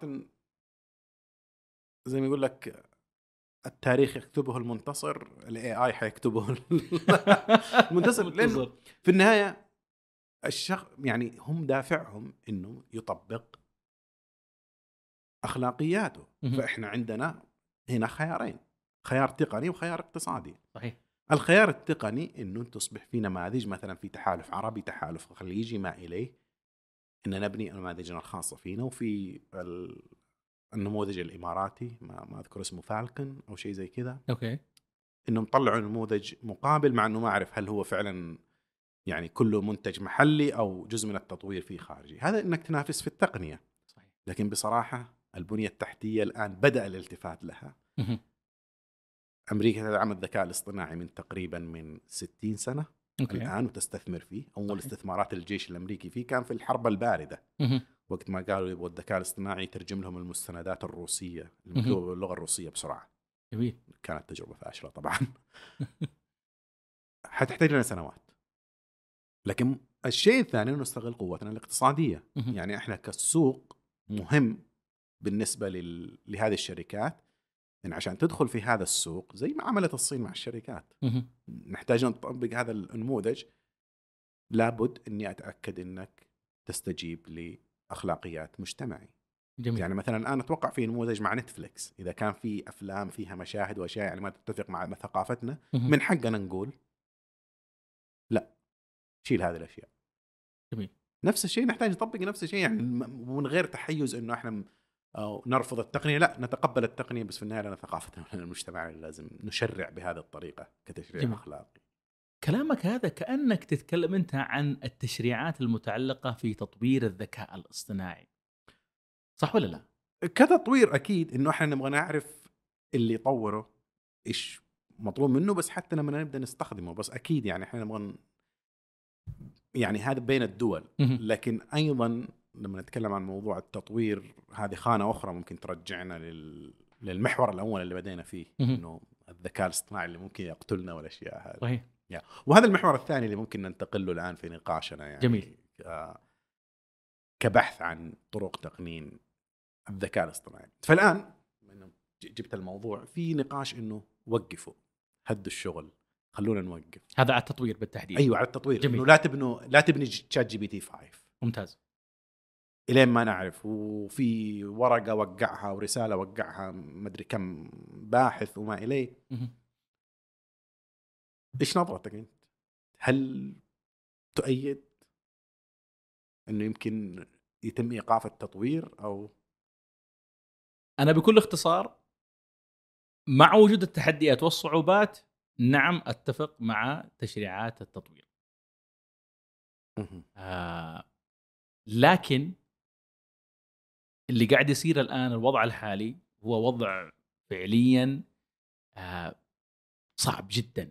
زي ما يقول لك التاريخ يكتبه المنتصر، الاي اي حيكتبه المنتصر. لأن في النهايه يعني هم دافعهم انه يطبق اخلاقياته. فاحنا عندنا هنا خيارين، خيار تقني وخيار اقتصادي. صحيح. الخيار التقني انه تصبح في نماذج، مثلا في تحالف عربي، تحالف خليجي، ما اليه، ان نبني نماذجنا الخاصه فينا. وفي النموذج الاماراتي ما اذكر اسمه، فالكن او شيء زي كذا. اوكي. انهم طلعوا نموذج مقابل، مع انه ما اعرف هل هو فعلا يعني كله منتج محلي او جزء من التطوير فيه خارجي. هذا انك تنافس في التقنيه. صحيح. لكن بصراحه البنيه التحتيه الان بدا الالتفات لها. امريكا تدعم الذكاء الاصطناعي من تقريبا 60 سنه. أوكي. الان وتستثمر فيه. اول صحيح. استثمارات الجيش الامريكي فيه كان في الحرب البارده، وقت ما قالوا يبغوا الذكاء الاصطناعي يترجم لهم المستندات الروسيه المكتوبه باللغه الروسيه بسرعه. جميل. كانت تجربه فاشله طبعا. حتحتاج لنا سنوات. لكن الشيء الثاني انه نستغل قوتنا الاقتصاديه. يعني احنا كسوق مهم بالنسبه لهذه الشركات إن عشان تدخل في هذا السوق زي ما عملت الصين مع الشركات نحتاج نطبق هذا النموذج. لابد اني اتاكد انك تستجيب لاخلاقيات مجتمعي. جميل. يعني مثلا الان اتوقع في نموذج مع نتفليكس، اذا كان في افلام فيها مشاهد واشياء يعني ما تتفق مع ثقافتنا من حقنا نقول لا، شيل هذه الاشياء. جميل. نفس الشيء نحتاج نطبق نفس الشيء، يعني من غير تحيز انه احنا أو نرفض التقنيه، لا نتقبل التقنيه، بس في النهايه لنا ثقافتنا ولنا المجتمع لازم نشرع بهذه الطريقه كتشريع جميل. اخلاقي. كلامك هذا كأنك تتكلم أنت عن التشريعات المتعلقة في تطوير الذكاء الاصطناعي، صح ولا لا؟ كتطوير اكيد انه احنا نبغى نعرف اللي يطوره ايش مطلوب منه، بس حتى لما نبدا نستخدمه بس اكيد يعني احنا نبغى يعني هذا بين الدول. لكن ايضا لما نتكلم عن موضوع التطوير هذه خانه اخرى ممكن ترجعنا للمحور الاول اللي بدينا فيه، انه الذكاء الاصطناعي اللي ممكن يقتلنا والاشياء هذه. صحيح. وهذا المحور الثاني اللي ممكن ننتقل له الان في نقاشنا، يعني جميل. كبحث عن طرق تقنين الذكاء الاصطناعي. فالآن جبت الموضوع في نقاش إنه وقفوا، هدوا الشغل، خلونا نوقف. هذا على التطوير بالتحديد. أيوة على التطوير. جميل. إنه لا تبني شات جي بي تي 5 ممتاز إلين ما نعرف، وفي ورقة وقعها ورسالة وقعها مدري كم باحث وما إليه. إيش نظرتك أنت؟ هل تؤيد إنه يمكن يتم إيقاف التطوير أو؟ أنا بكل اختصار مع وجود التحديات والصعوبات نعم أتفق مع تشريعات التطوير. لكن اللي قاعد يصير الآن الوضع الحالي هو وضع فعليا صعب جدا،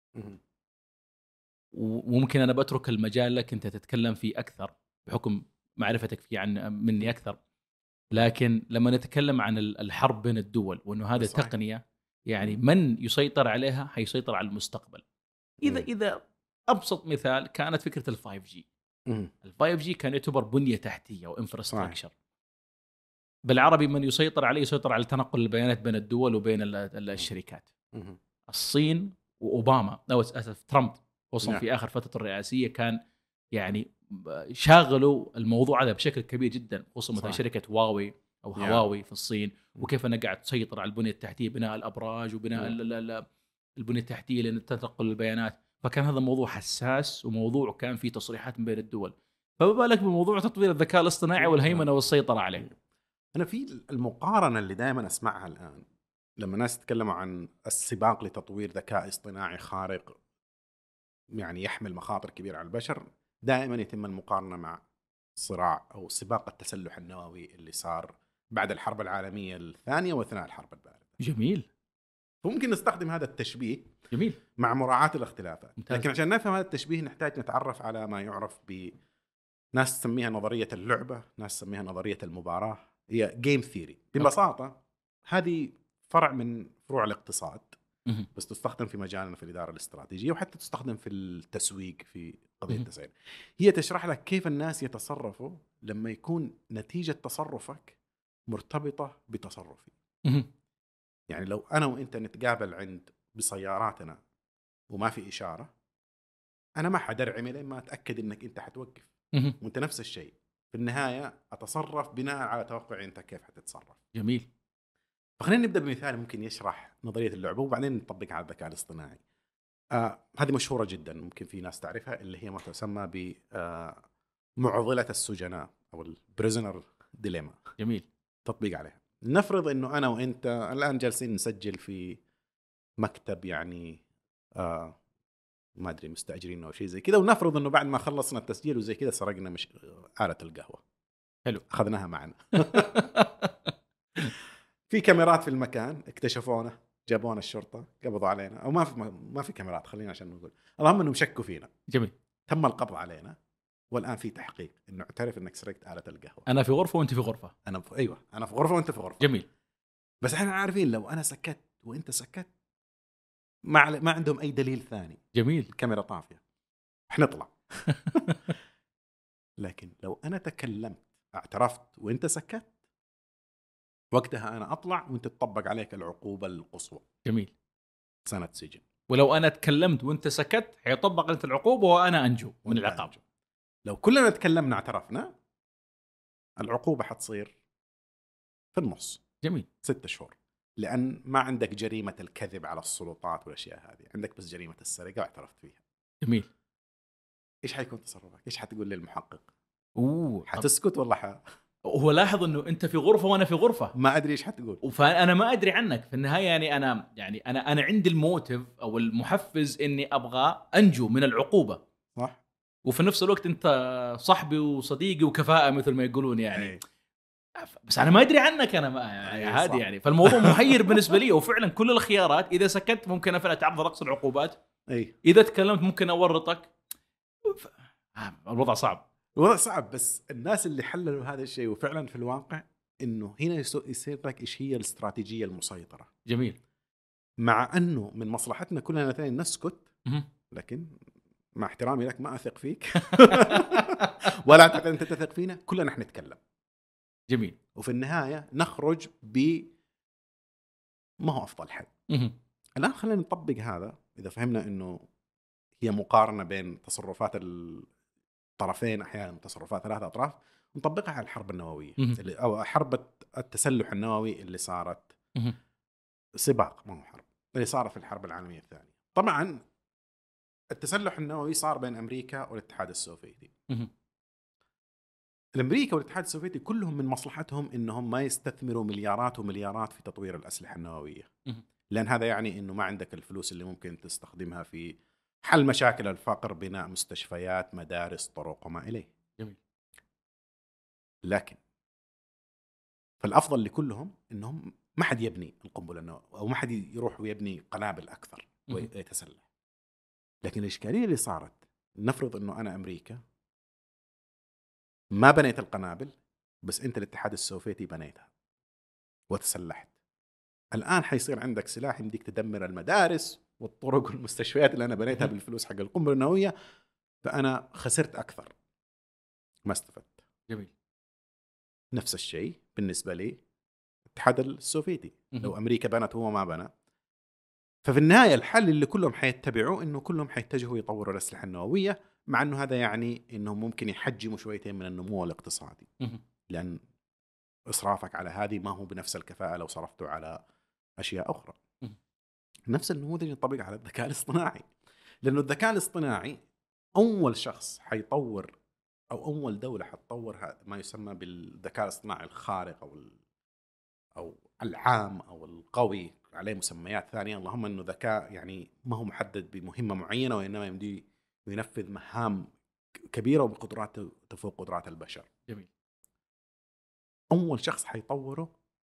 وممكن أنا بترك المجال لك أنت تتكلم فيه أكثر بحكم معرفتك فيه عن مني أكثر. لكن لما نتكلم عن الحرب بين الدول وأنه هذه التقنية يعني من يسيطر عليها حيسيطر على المستقبل. إذا أبسط مثال كانت فكرة ال 5G. ال 5G كان يعتبر بنية تحتية وإنفراستراكشر. بالعربي من يسيطر عليه يسيطر على تنقل البيانات بين الدول وبين الشركات. الصين وأوباما أو أسف ترامب خصوصا في آخر فترة الرئاسية كان يعني شاغلوا الموضوع هذا بشكل كبير جدا، خصوصا مثلا شركة هواوي أو هواوي في الصين، وكيف أنها قاعد تسيطر على البنية التحتية، بناء الأبراج وبناء البنية التحتية لتنقل البيانات. فكان هذا موضوع حساس وموضوع كان فيه تصريحات من بين الدول، فما بالك بموضوع تطوير الذكاء الاصطناعي والهيمنة والسيطرة عليه. أنا في المقارنة اللي دائما أسمعها الآن لما ناس يتكلموا عن السباق لتطوير ذكاء اصطناعي خارق يعني يحمل مخاطر كبيرة على البشر، دائما يتم المقارنة مع صراع أو سباق التسلح النووي اللي صار بعد الحرب العالمية الثانية وأثناء الحرب الباردة. جميل. ممكن نستخدم هذا التشبيه جميل مع مراعاة الاختلافات. ممتاز. لكن عشان نفهم هذا التشبيه نحتاج نتعرف على ما يعرف ب ناس تسميها نظرية اللعبة، ناس تسميها نظرية المباراة، هي جيم ثيوري ببساطة. هذه فرع من فروع الاقتصاد بس تستخدم في مجالنا في الإدارة الاستراتيجية، وحتى تستخدم في التسويق في قضية التسعير. هي تشرح لك كيف الناس يتصرفوا لما يكون نتيجة تصرفك مرتبطة بتصرفي. يعني لو أنا وإنت نتقابل عند بسياراتنا وما في إشارة، أنا ما حدرعم لين ما أتأكد إنك أنت حتوقف، وأنت نفس الشيء في النهاية أتصرف بناء على توقع أنت كيف حتتصرف. جميل. فخلينا نبدأ بمثال ممكن يشرح نظرية اللعبة وبعدين نطبقها على الذكاء الاصطناعي. هذه مشهورة جدا، ممكن في ناس تعرفها، اللي هي ما تسمى بمعضلة السجناء أو البريزنر ديليما. جميل. تطبيق عليها. نفرض إنه أنا وإنت الآن جالسين نسجل في مكتب يعني ما أدري مستأجرين أو شيء زي كذا، ونفرض إنه بعد ما خلصنا التسجيل وزي كذا سرقنا مش آلة القهوة. حلو. أخذناها معنا. في كاميرات في المكان، اكتشفونا، جابونا الشرطة، قبضوا علينا، أو ما في كاميرات، خلينا عشان نقول اللهم إنهم شكوا فينا. جميل. تم القبض علينا، والآن في تحقيق إنه اعترف إنك سرقت آلة القهوة. أنا في غرفة وأنت في غرفة. أنا في غرفة وأنت في غرفة. جميل. بس إحنا عارفين لو أنا سكت وأنت سكت ما عندهم أي دليل ثاني. جميل. الكاميرا طافية، إحنا نطلع. لكن لو أنا تكلمت اعترفت وأنت سكت، وقتها انا اطلع وانت تطبق عليك العقوبه القصوى، جميل. سنه سجن. ولو انا تكلمت وانت سكت حيطبق انت العقوبه وانا انجو من وأنت العقاب. أنجو. لو كلنا تكلمنا اعترفنا العقوبه حتصير في النص، جميل. 6 شهور، لان ما عندك جريمه الكذب على السلطات والاشياء هذه، عندك بس جريمه السرقه واعترفت فيها. جميل. ايش حيكون تصرفك؟ ايش حتقول للمحقق؟ طب حتسكت ولا هو لاحظ انه انت في غرفه وانا في غرفه، ما ادري ايش حتقول. فانا ما ادري عنك في النهايه. انا عندي الموتيف او المحفز اني ابغى انجو من العقوبه، صح. وفي نفس الوقت انت صاحبي وصديقي وكفاءه مثل ما يقولون يعني. أي. بس انا ما ادري عنك، انا ما يعني أي هذه صح. يعني، فالموضوع محير بالنسبه لي. وفعلا كل الخيارات، اذا سكت ممكن اتعرض لنقص العقوبات، اي اذا تكلمت ممكن اورطك. ف... الوضع صعب. الوضع صعب، بس الناس اللي حللوا هذا الشيء وفعلا في الواقع انه هنا يصير لك ايش هي الاستراتيجيه المسيطره. جميل. مع انه من مصلحتنا كلنا الاثنين نسكت، مهم. لكن مع احترامي لك ما اثق فيك ولا اعتقد انت تثق فينا، كلنا حنتكلم جميل. وفي النهايه نخرج ما هو افضل حل. مهم. الان خلينا نطبق هذا. اذا فهمنا انه هي مقارنه بين تصرفات الطرفين، احيانا تصرفات 3 اطراف، نطبقها على الحرب النوويه مهم. او حرب التسلح النووي اللي صارت، مهم. سباق ما هو حرب، اللي صارت في الحرب العالميه الثانيه. طبعا التسلح النووي صار بين امريكا والاتحاد السوفيتي. مهم. الامريكا والاتحاد السوفيتي كلهم من مصلحتهم انهم ما يستثمروا مليارات ومليارات في تطوير الاسلحه النوويه، مهم. لان هذا يعني انه ما عندك الفلوس اللي ممكن تستخدمها في حل مشاكل الفقر، بناء مستشفيات، مدارس، طرق وما اليه. جميل. لكن فالافضل لكلهم انهم ما حد يبني القنبله النوويه او ما حد يروح ويبني قنابل اكثر ويتسلح. لكن الاشكاليه اللي صارت، نفرض انه انا امريكا ما بنيت القنابل، بس انت الاتحاد السوفيتي بنيتها وتسلحت. الان حيصير عندك سلاح يمديك تدمر المدارس والطرق والمستشفيات اللي انا بنيتها بالفلوس حق القنبله النوويه، فانا خسرت اكثر ما استفدت. جميل. نفس الشيء بالنسبه لي الاتحاد السوفيتي، لو امريكا بنت وهو ما بنى. ففي النهايه الحل اللي كلهم حيتبعوه انه كلهم حيتجهوا يطوروا الاسلحه النوويه، مع انه هذا يعني انهم ممكن يحجموا شويتين من النمو الاقتصادي، لان إصرافك على هذه ما هو بنفس الكفاءة لو صرفته على أشياء أخرى. نفس النموذج ينطبق على الذكاء الاصطناعي، لأنه الذكاء الاصطناعي أول شخص حيطور أو أول دولة حتطور ما يسمى بالذكاء الاصطناعي الخارق أو العام أو القوي، عليه مسميات ثانية. اللهم أنه ذكاء يعني ما هو محدد بمهمة معينة، وإنما يمدي ينفذ مهام كبيرة وبقدرات تفوق قدرات البشر. جميل. أول شخص حيطوره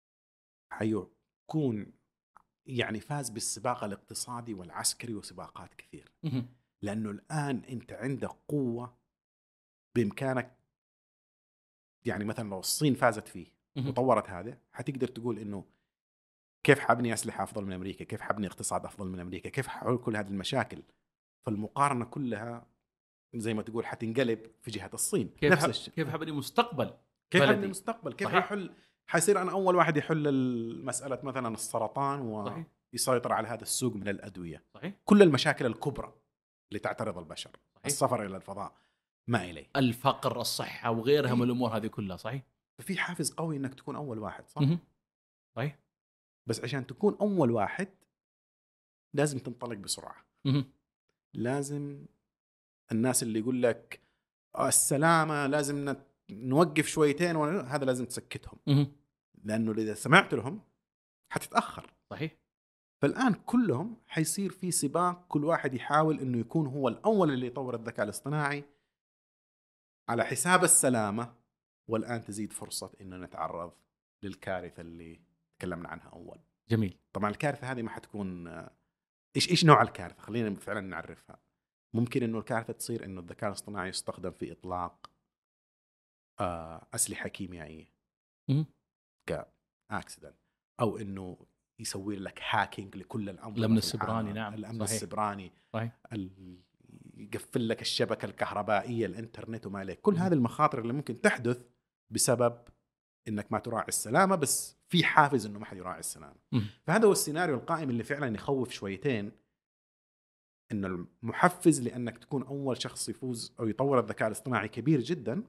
حيكون يعني فاز بالسباق الاقتصادي والعسكري وسباقات كثير، لأنه الآن أنت عندك قوة بإمكانك، يعني مثلا لو الصين فازت فيه وطورت هذا، حتقدر تقول إنه كيف حبني أسلحة أفضل من أمريكا، كيف حبني اقتصاد أفضل من أمريكا، كيف ححل كل هذه المشاكل. فالمقارنة كلها زي ما تقول حتنقلب في جهة الصين. نفس الشيء، كيف حبني مستقبل، كيف حبني مستقبل، كيف صحيح. ححل، حيصير أنا أول واحد يحل المسألة مثلا السرطان صحيح. ويسيطر على هذا السوق من الأدوية. صحيح. كل المشاكل الكبرى اللي تعترض البشر، صحيح. السفر إلى الفضاء ما إليه، الفقر، الصحة وغيرها من الأمور هذه كلها. صحيح. ففي حافز قوي إنك تكون أول واحد، صح؟ صحيح. بس عشان تكون أول واحد لازم تنطلق بسرعة. لازم الناس اللي يقول لك السلامة لازم نوقف شويتين، هذا لازم تسكتهم، لأنه إذا سمعت لهم حتتأخر. صحيح. فالآن كلهم حيصير في سباق، كل واحد يحاول إنه يكون هو الأول اللي يطور الذكاء الاصطناعي على حساب السلامة. والآن تزيد فرصة إنه نتعرض للكارثة اللي تكلمنا عنها أول. جميل. طبعا الكارثة هذه ما حتكون إيش نوع الكارثة، خلينا فعلا نعرفها. ممكن إنه الكارثة تصير إنه الذكاء الاصطناعي يستخدم في إطلاق أسلحة كيميائية كأكسيدنت، أو إنه يسوي لك هاكينج لكل الأمر، الأمن السبراني. نعم. الأمن صحيح. السبراني. صحيح. يقفل لك الشبكة الكهربائية، الإنترنت وما عليه. كل هذه المخاطر اللي ممكن تحدث بسبب إنك ما تراعي السلامة، بس في حافز انه ما حد يراعي السلامه. فهذا هو السيناريو القائم اللي فعلا يخوف شويتين، انه المحفز لانك تكون اول شخص يفوز او يطور الذكاء الاصطناعي كبير جدا.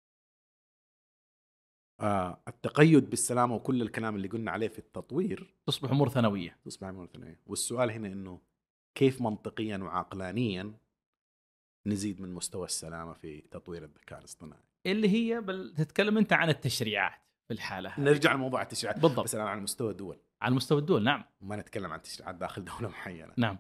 التقيد بالسلامه وكل الكلام اللي قلنا عليه في التطوير تصبح امور ثانويه. والسؤال هنا انه كيف منطقيا وعقلانيا نزيد من مستوى السلامه في تطوير الذكاء الاصطناعي، اللي هي تتكلم انت عن التشريعات في الحالة هذه. نرجع لموضوع التشريعات بالضبط. بس الآن على مستوى الدول، على مستوى الدول. نعم. ما نتكلم عن تشريعات داخل دولة معينة. نعم.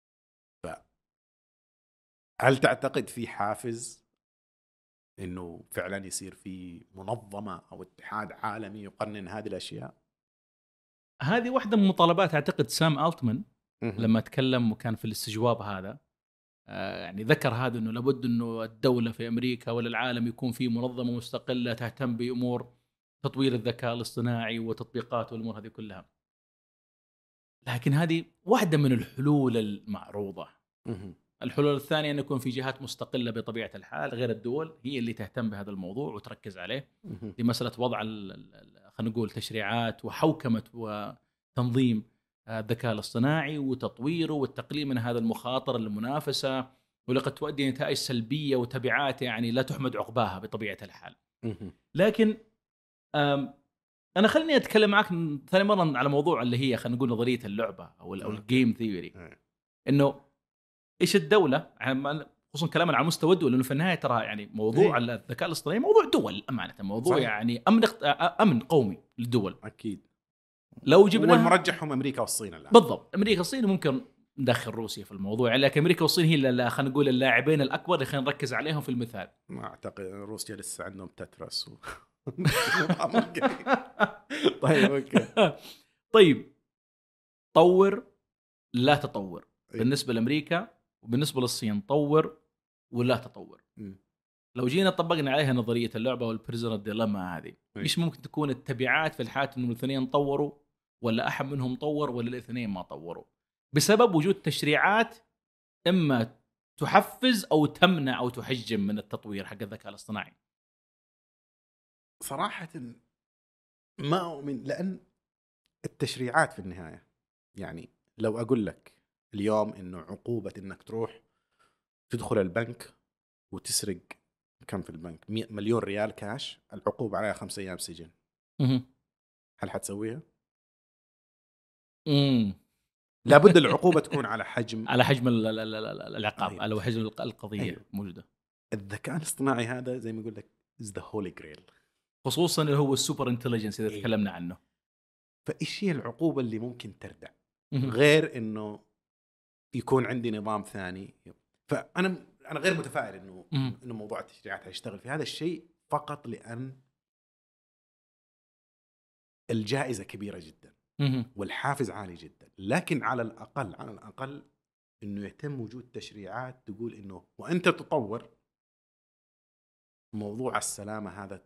هل تعتقد في حافز إنه فعلا يصير في منظمة أو اتحاد عالمي يقنن هذه الأشياء؟ هذه واحدة من مطالبات أعتقد سام ألتمان لما تكلم وكان في الاستجواب هذا، يعني ذكر هذا أنه لابد أنه الدولة في أمريكا ولا العالم يكون في منظمة مستقلة تهتم بأمور تطوير الذكاء الاصطناعي وتطبيقاته والأمور هذه كلها. لكن هذه واحدة من الحلول المعروضة. الحلول الثانية أن يكون في جهات مستقلة بطبيعة الحال غير الدول هي اللي تهتم بهذا الموضوع وتركز عليه. لمسألة وضع خلينا نقول تشريعات وحوكمة وتنظيم الذكاء الاصطناعي وتطويره والتقليل من هذا المخاطر المنافسة، ولقد تؤدي نتائج سلبية وتبعات يعني لا تحمد عقباها بطبيعة الحال. لكن أنا خليني أتكلم معك ثاني مرة على موضوع اللي هي خلينا نقول نظرية اللعبة أو الجيم ثيوري، إنه إيش الدولة خصوصا كلامنا على مستوى الدول، لأنه في النهاية ترى يعني موضوع الذكاء الاصطناعي موضوع دول أمانة، موضوع صحيح. يعني أمن قومي للدول أكيد. لو جبنا والمرجح هم أمريكا والصين الآن. بالضبط، أمريكا والصين ممكن ندخل روسيا في الموضوع، لكن أمريكا والصين هي خلينا نقول اللاعبين الأكبر اللي خلينا نركز عليهم في المثال. ما أعتقد روسيا لسه عندهم تترس طيب أوكي. طيب طور لا تطور بالنسبة لأمريكا وبالنسبة للصين، طور ولا تطور. لو جينا طبقنا عليها نظرية اللعبة والبريزنر ديلما هذه، إيش ممكن تكون التبعات في الحالة إنه الاثنين طوروا ولا أحد منهم طور ولا الاثنين ما طوروا، بسبب وجود تشريعات إما تحفز أو تمنع أو تحجم من التطوير حق الذكاء الاصطناعي؟ صراحة ما أؤمن، لأن التشريعات في النهاية يعني لو أقول لك اليوم إنه عقوبة إنك تروح تدخل البنك وتسرق كم في البنك 100 مليون ريال كاش، العقوبة عليها 5 أيام سجن. هل حتسويها؟ لابد العقوبة تكون على حجم العقاب، على حجم القضية موجودة. الذكاء الاصطناعي هذا زي ما يقول لك is the holy grail، خصوصا اللي هو السوبر انتليجنس إذا تكلمنا عنه. فإيش هي العقوبة اللي ممكن تردع غير إنه يكون عندي نظام ثاني؟ فأنا غير متفائل إنه موضوع التشريعات هيشتغل في هذا الشيء، فقط لأن الجائزة كبيرة جدا والحافز عالي جدا. لكن على الأقل إنه يتم وجود تشريعات تقول إنه وأنت تطور موضوع السلامة هذا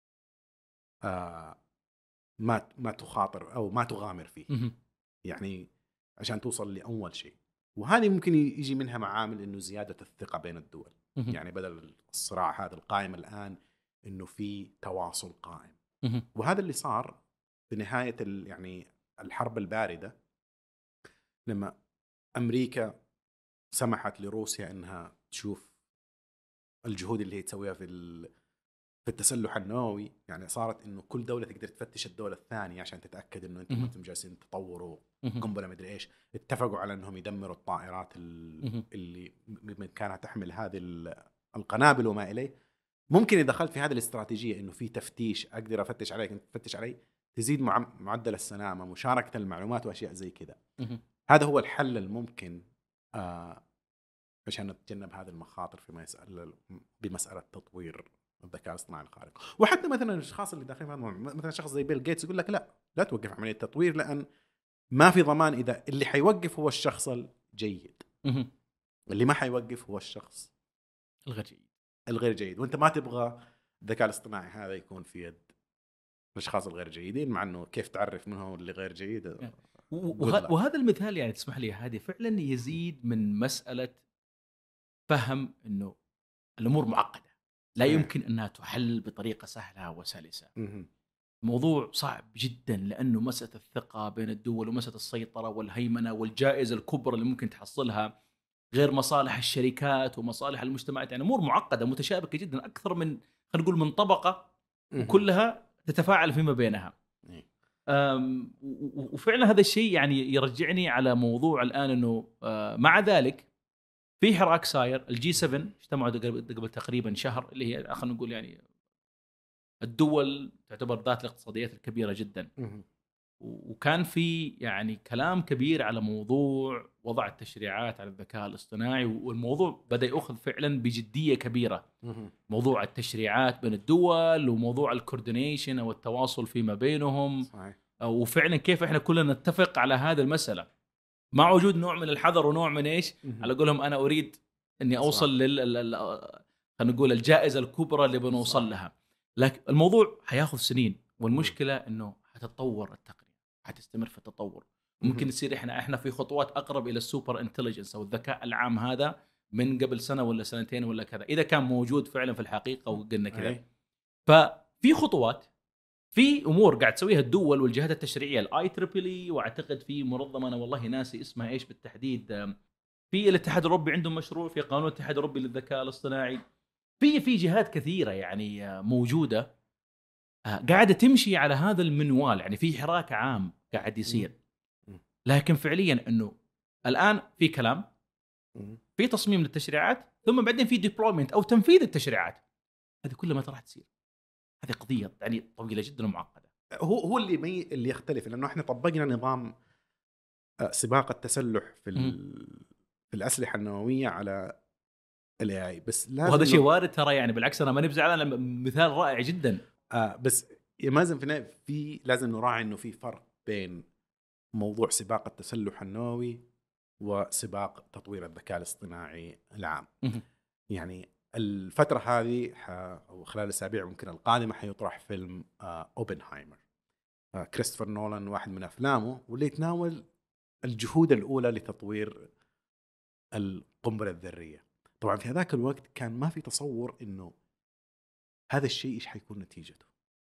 ما تخاطر أو ما تغامر فيه، يعني عشان توصل لأول شيء. وهذه ممكن يجي منها معامل إنه زيادة الثقة بين الدول، يعني بدل الصراع هذا القائم الآن إنه في تواصل قائم. وهذا اللي صار في نهاية يعني الحرب الباردة، لما أمريكا سمحت لروسيا إنها تشوف الجهود اللي هي تسويها في التسلح النووي. يعني صارت إنه كل دولة تقدر تفتش الدولة الثانية عشان تتأكد إنه أنتم جالسين تطوروا قنبلة مدري إيش. اتفقوا على إنهم يدمروا الطائرات اللي كانت تحمل هذه القنابل وما إليه. ممكن إذا دخلت في هذه الاستراتيجية إنه في تفتيش، أقدر أفتش عليك أنت تفتش علي، تزيد معدل السلامة، مشاركة المعلومات وأشياء زي كذا. هذا هو الحل الممكن عشان نتجنب هذه المخاطر بمسألة تطوير الذكاء الاصطناعي الخارق. وحتى مثلا الاشخاص اللي داخلين مثلا شخص زي بيل جيتس يقول لك لا توقف عملية التطوير، لأن ما في ضمان إذا اللي حيوقف هو الشخص الجيد، اللي ما حيوقف هو الشخص الغير جيد. وانت ما تبغى الذكاء الاصطناعي هذا يكون في يد الاشخاص الغير جيدين، مع انه كيف تعرف من هو اللي غير جيد. وهذا المثال يعني تسمح لي هذه فعلا يزيد من مسألة فهم انه الامور معقدة لا يمكن انها تحل بطريقة سهلة وسلسة. موضوع صعب جدا، لانه مساله الثقه بين الدول ومساله السيطره والهيمنه والجائزه الكبرى اللي ممكن تحصلها، غير مصالح الشركات ومصالح المجتمعات، يعني امور معقده متشابكه جدا، اكثر من خلينا نقول من طبقه، وكلها تتفاعل فيما بينها. وفعلا هذا الشيء يعني يرجعني على موضوع الان انه مع ذلك في حراك صاير. الجي 7 اجتمعوا قبل تقريبا شهر، اللي هي خلينا نقول يعني الدول تعتبر ذات الاقتصاديات الكبيره جدا، وكان في يعني كلام كبير على موضوع وضع التشريعات على الذكاء الاصطناعي، والموضوع بدأ يأخذ فعلا بجدية كبيرة. موضوع التشريعات بين الدول وموضوع الكوردينيشن أو التواصل فيما بينهم. صحيح. وفعلا كيف احنا كلنا نتفق على هذه المسألة مع وجود نوع من الحذر ونوع من ايش على قولهم انا اريد اني اوصل خلينا نقول الجائزة الكبرى اللي بنوصل لها. لكن الموضوع حياخذ سنين، والمشكلة انه حتتطور التقنية، حتستمر في التطور. ممكن يصير احنا في خطوات اقرب الى السوبر انتليجنس او الذكاء العام هذا من قبل سنة ولا سنتين ولا كذا، اذا كان موجود فعلا في الحقيقة وقلنا كذا. ففي خطوات، في امور قاعد تسويها الدول والجهات التشريعيه، الاي تريبل اي، واعتقد في منظمه انا والله ناسي اسمها ايش بالتحديد، في الاتحاد الاوروبي عندهم مشروع، في قانون الاتحاد الاوروبي للذكاء الاصطناعي، في جهات كثيره يعني موجوده قاعده تمشي على هذا المنوال. يعني في حراك عام قاعد يصير، لكن فعليا انه الان في كلام، في تصميم للتشريعات، ثم بعدين في ديبلويمنت او تنفيذ التشريعات. هذه كلها ما راح تصير. هذه قضيه يعني طويله جدا ومعقده. هو اللي يختلف، لانه احنا طبقنا نظام سباق التسلح في الاسلحه النوويه على الاي اي، بس لازم وهذا شيء وارد ترى، يعني بالعكس انا ماني بزعلان، مثال رائع جدا. بس لازم لازم نراعي انه في فرق بين موضوع سباق التسلح النووي وسباق تطوير الذكاء الاصطناعي العام. يعني الفترة هذه أو خلال الأسابيع ممكن القادمة حيطرح فيلم أوبنهايمر، كريستوفر نولان، واحد من أفلامه واللي يتناول الجهود الأولى لتطوير القنبلة الذرية. طبعا في هذاك الوقت كان ما في تصور إنه هذا الشيء إيش حيكون نتيجته.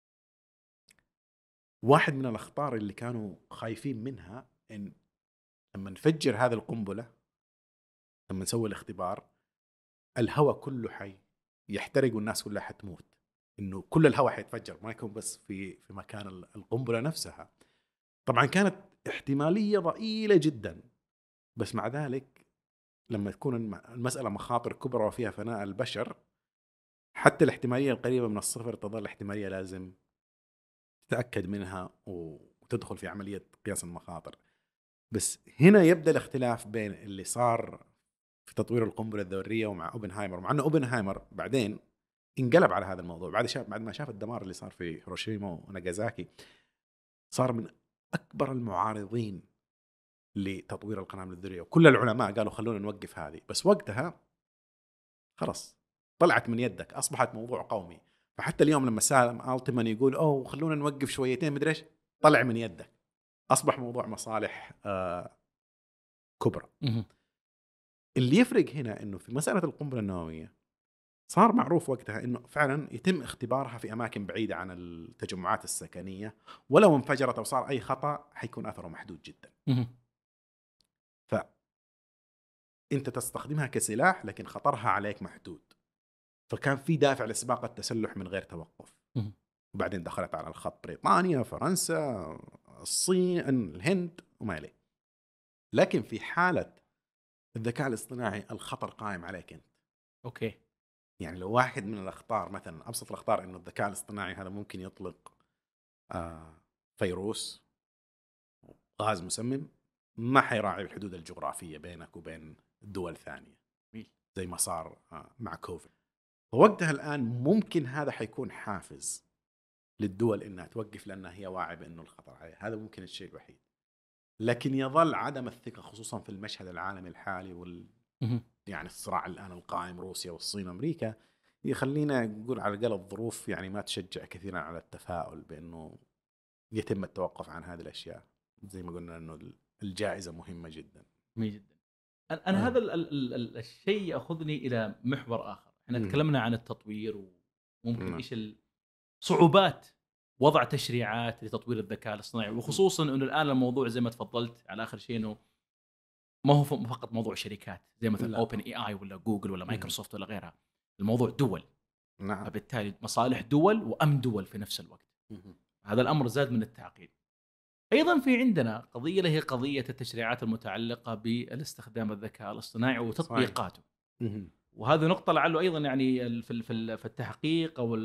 واحد من الأخطار اللي كانوا خايفين منها إن لما نفجر هذه القنبلة، لما نسوي الاختبار، الهواء كله حي يحترق والناس كلها حتموت، انه كل الهواء حيتفجر، ما يكون بس في مكان القنبله نفسها. طبعا كانت احتماليه ضئيله جدا، بس مع ذلك لما تكون المساله مخاطر كبرى وفيها فناء البشر، حتى الاحتماليه القريبه من الصفر تظل احتماليه لازم تتاكد منها وتدخل في عمليه قياس المخاطر. بس هنا يبدا الاختلاف بين اللي صار في تطوير القنبله الذريه ومع اوبنهايمر، مع انه اوبنهايمر بعدين انقلب على هذا الموضوع بعد ما شاف الدمار اللي صار في هيروشيما وناغازاكي، صار من اكبر المعارضين لتطوير القنابل الذريه، وكل العلماء قالوا خلونا نوقف هذه. بس وقتها خلاص طلعت من يدك، اصبحت موضوع قومي. فحتى اليوم لما سالم التمان يقول اوه خلونا نوقف شويتين مدري ايش، طلع من يدك، اصبح موضوع مصالح كبرى. اللي يفرق هنا انه في مساله القنبله النوويه صار معروف وقتها انه فعلا يتم اختبارها في اماكن بعيده عن التجمعات السكنيه، ولو انفجرت او صار اي خطا حيكون اثره محدود جدا. فانت تستخدمها كسلاح لكن خطرها عليك محدود. فكان في دافع لسباق التسلح من غير توقف. وبعدين دخلت على الخط بريطانيا، فرنسا، الصين، الهند وما إليه. لكن في حالة الذكاء الاصطناعي الخطر قائم عليك انت. اوكي. يعني لو واحد من الاخطار، مثلا ابسط الاخطار انه الذكاء الاصطناعي هذا ممكن يطلق فيروس، غاز مسمم، ما حيراعي الحدود الجغرافية بينك وبين دول ثانية زي ما صار مع كوفيد. ووقتها الآن ممكن هذا حيكون حافز للدول إنها توقف، لأنها هي واعية بأنه الخطر عليها. هذا ممكن الشيء الوحيد. لكن يظل عدم الثقة خصوصا في المشهد العالمي الحالي يعني الصراع الآن القائم روسيا والصين وأمريكا، يخلينا نقول على الأقل الظروف يعني ما تشجع كثيرا على التفاؤل بأنه يتم التوقف عن هذه الأشياء. زي ما قلنا أنه الجائزة مهمة جدا. أنا هذا الشيء يأخذني إلى محور آخر. احنا تكلمنا عن التطوير وممكن إيش الصعوبات وضع تشريعات لتطوير الذكاء الاصطناعي، وخصوصا انه الان الموضوع زي ما تفضلت على اخر شيء انه ما هو فقط موضوع شركات زي مثلا اوبن اي اي ولا جوجل ولا مايكروسوفت ولا غيرها، الموضوع دول. نعم. فبالتالي مصالح دول وامن دول في نفس الوقت. هذا الامر زاد من التعقيد. ايضا في عندنا قضيه اللي هي قضيه التشريعات المتعلقه بالاستخدام الذكاء الاصطناعي وتطبيقاته. وهذه نقطه لعله ايضا يعني في التحقيق او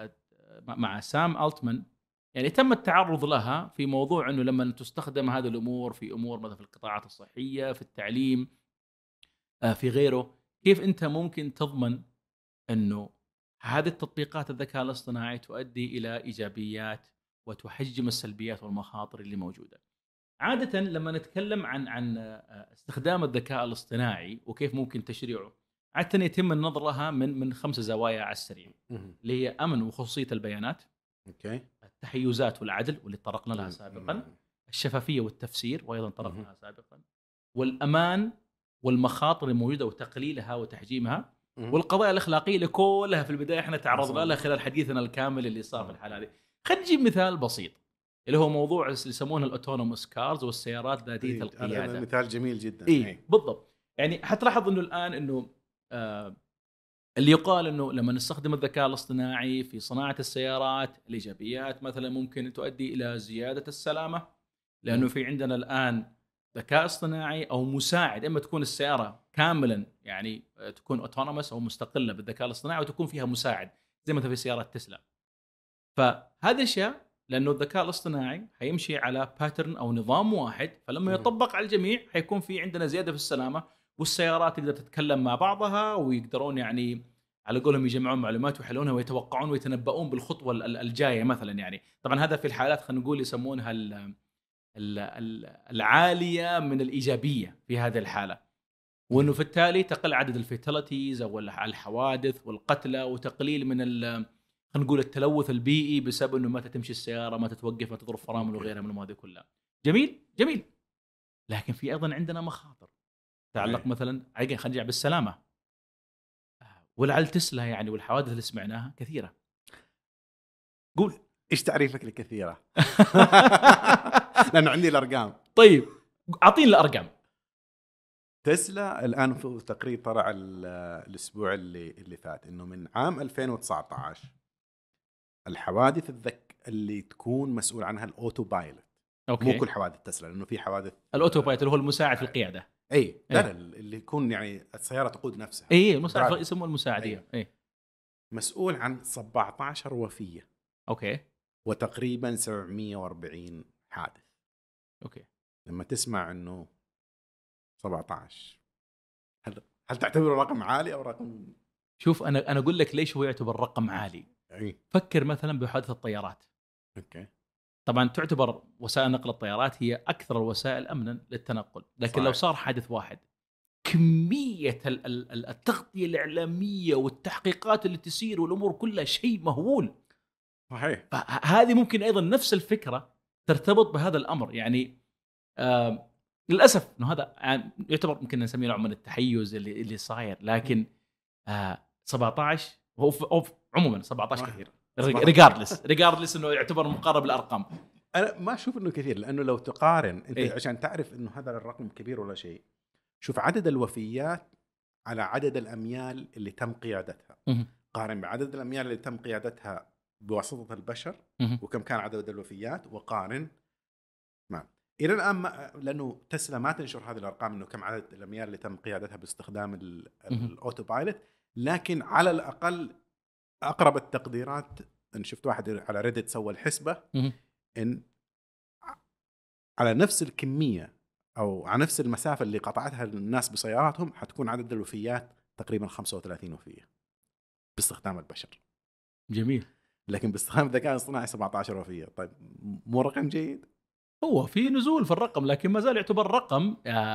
مع سام ألتمان يعني تم التعرض لها في موضوع انه لما تستخدم هذه الامور في امور مثلا في القطاعات الصحيه، في التعليم، في غيره، كيف انت ممكن تضمن انه هذه التطبيقات الذكاء الاصطناعي تؤدي الى ايجابيات وتحجم السلبيات والمخاطر اللي موجوده. عاده لما نتكلم عن استخدام الذكاء الاصطناعي وكيف ممكن تشريعه، عاده يتم النظر لها من 5 زوايا على السريع، اللي هي امن وخصوصيه البيانات، اوكي، التحيزات والعدل واللي طرقنا لها سابقا، الشفافيه والتفسير وايضا طرقنا لها سابقا، والامان والمخاطر الموجوده وتقليلها وتحجيمها، والقضايا الاخلاقيه اللي كلها في البدايه احنا تعرضنا لها خلال حديثنا الكامل اللي صار في الحاله هذه. خلينا نجيب مثال بسيط اللي هو موضوع اللي يسمونه الاوتونوموس كارز والسيارات ذاتيه القياده. هذا مثال جميل جدا. بالضبط. يعني حتلاحظ انه الان انه اللي يقال انه لما نستخدم الذكاء الاصطناعي في صناعه السيارات، الايجابيات مثلا ممكن تؤدي الى زياده السلامه، لانه في عندنا الان ذكاء اصطناعي او مساعد، اما تكون السياره كاملا يعني تكون اوتونوموس او مستقله بالذكاء الاصطناعي، وتكون فيها مساعد زي مثلا في سيارات تسلا. فهذه الاشياء لانه الذكاء الاصطناعي حيمشي على باترن او نظام واحد، فلما يطبق على الجميع حيكون في عندنا زياده في السلامه، والسيارات تقدر تتكلم مع بعضها ويقدرون يعني على قولهم يجمعون معلومات ويحلونها ويتوقعون ويتنبؤون بالخطوه الجايه مثلا. يعني طبعا هذا في الحالات خلينا نقول يسمونها العاليه من الايجابيه في هذه الحاله، وانه في التالي تقل عدد الفيتاليتيز او الحوادث والقتلى، وتقليل من خلينا نقول التلوث البيئي بسبب انه ما تمشي السياره، ما تتوقف، ما تضرب فرامل وغيرها من الامور هذه كلها. جميل جميل. لكن في ايضا عندنا مخاطر تعلق مثلا خلينا نرجع بالسلامه، ولعل تسلا يعني والحوادث اللي سمعناها كثيره. قول ايش تعريفك لكثيره؟ لانه عندي الارقام. طيب اعطيني الارقام. تسلا الان في تقرير طلع الاسبوع اللي فات انه من عام 2019 الحوادث اللي تكون مسؤول عنها الاوتو بايلوت. مو كل حوادث تسلا، لانه في حوادث الاوتو بايلوت اللي هو المساعد في القياده. لا اللي يكون يعني السياره تقود نفسها. المساعد يسموه المساعديه. مسؤول عن 17 وفيه. اوكي. وتقريبا 740 حادث. اوكي. لما تسمع انه 17، هل تعتبره رقم عالي او رقم؟ شوف انا اقول لك ليش هو يعتبر رقم عالي. فكر مثلا بحادث الطيارات. اوكي. طبعا تعتبر وسائل نقل الطيارات هي اكثر الوسائل امنا للتنقل، لكن صحيح. لو صار حادث واحد، كميه التغطيه الاعلاميه والتحقيقات اللي تصير والامور كلها شيء مهول. صحيح. هذه ممكن ايضا نفس الفكره ترتبط بهذا الامر. يعني للاسف انه هذا يعني يعتبر ممكن نسميه نوع من التحيز اللي صاير، لكن 17 هو عموما 17 كثير ريجاردلس انه يعتبر مقارب الارقام. انا ما اشوف انه كثير، لانه لو تقارن انت عشان تعرف انه هذا الرقم كبير ولا شيء، شوف عدد الوفيات على عدد الاميال اللي تم قيادتها. قارن بعدد الاميال اللي تم قيادتها بواسطه البشر وكم كان عدد الوفيات، وقارن ما الى الان لانه تسلا ما تنشر هذه الارقام انه كم عدد الاميال اللي تم قيادتها باستخدام الاوتو بايلوت، لكن على الاقل اقرب التقديرات ان شفت واحد على ريدت سوى الحسبه ان على نفس الكميه او على نفس المسافه اللي قطعتها الناس بسياراتهم حتكون عدد الوفيات تقريبا 35 وفيه باستخدام البشر. جميل. لكن باستخدام الذكاء الاصطناعي 17 وفيه. طيب مو رقم جيد؟ هو في نزول في الرقم، لكن ما زال يعتبر رقم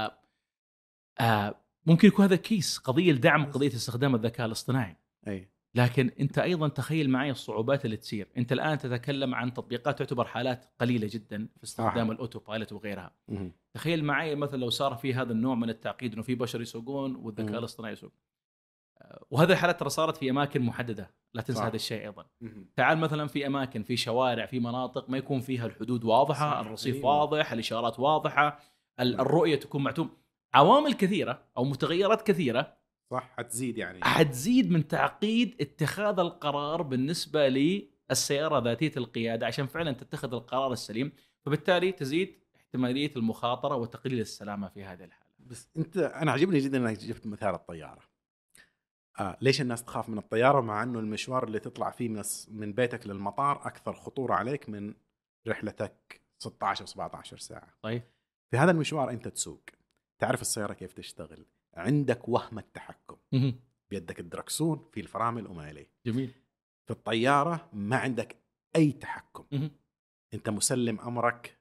ممكن يكون هذا كيس قضيه لدعم قضيه استخدام الذكاء الاصطناعي. لكن انت ايضا تخيل معي الصعوبات اللي تصير. انت الان تتكلم عن تطبيقات تعتبر حالات قليله جدا في استخدام الاوتو بايلوت وغيرها. تخيل معي مثلا لو صار في هذا النوع من التعقيد انه في بشر يسوقون والذكاء الاصطناعي يسوق، وهذه الحالات ترى صارت في اماكن محدده، لا تنسى صح. هذا الشيء ايضا. مهم. تعال مثلا في اماكن، في شوارع، في مناطق ما يكون فيها الحدود واضحه، صح. الرصيف أيوة. واضح، الاشارات واضحه، نعم. الرؤيه تكون معتوم. عوامل كثيره او متغيرات كثيره صح، حتزيد يعني. حتزيد من تعقيد اتخاذ القرار بالنسبه للسياره ذاتيه القياده عشان فعلا تتخذ القرار السليم، فبالتالي تزيد احتماليه المخاطره وتقليل السلامه في هذه الحاله. بس انا عجبني جدا انك جبت مثال الطياره. ليش الناس تخاف من الطياره مع انه المشوار اللي تطلع فيه من بيتك للمطار اكثر خطوره عليك من رحلتك 16 17 ساعه. طيب في هذا المشوار انت تسوق، تعرف السياره كيف تشتغل، عندك وهم التحكم، بيدك الدركسون في الفرامل وما إليه. جميل. في الطياره ما عندك اي تحكم، انت مسلم امرك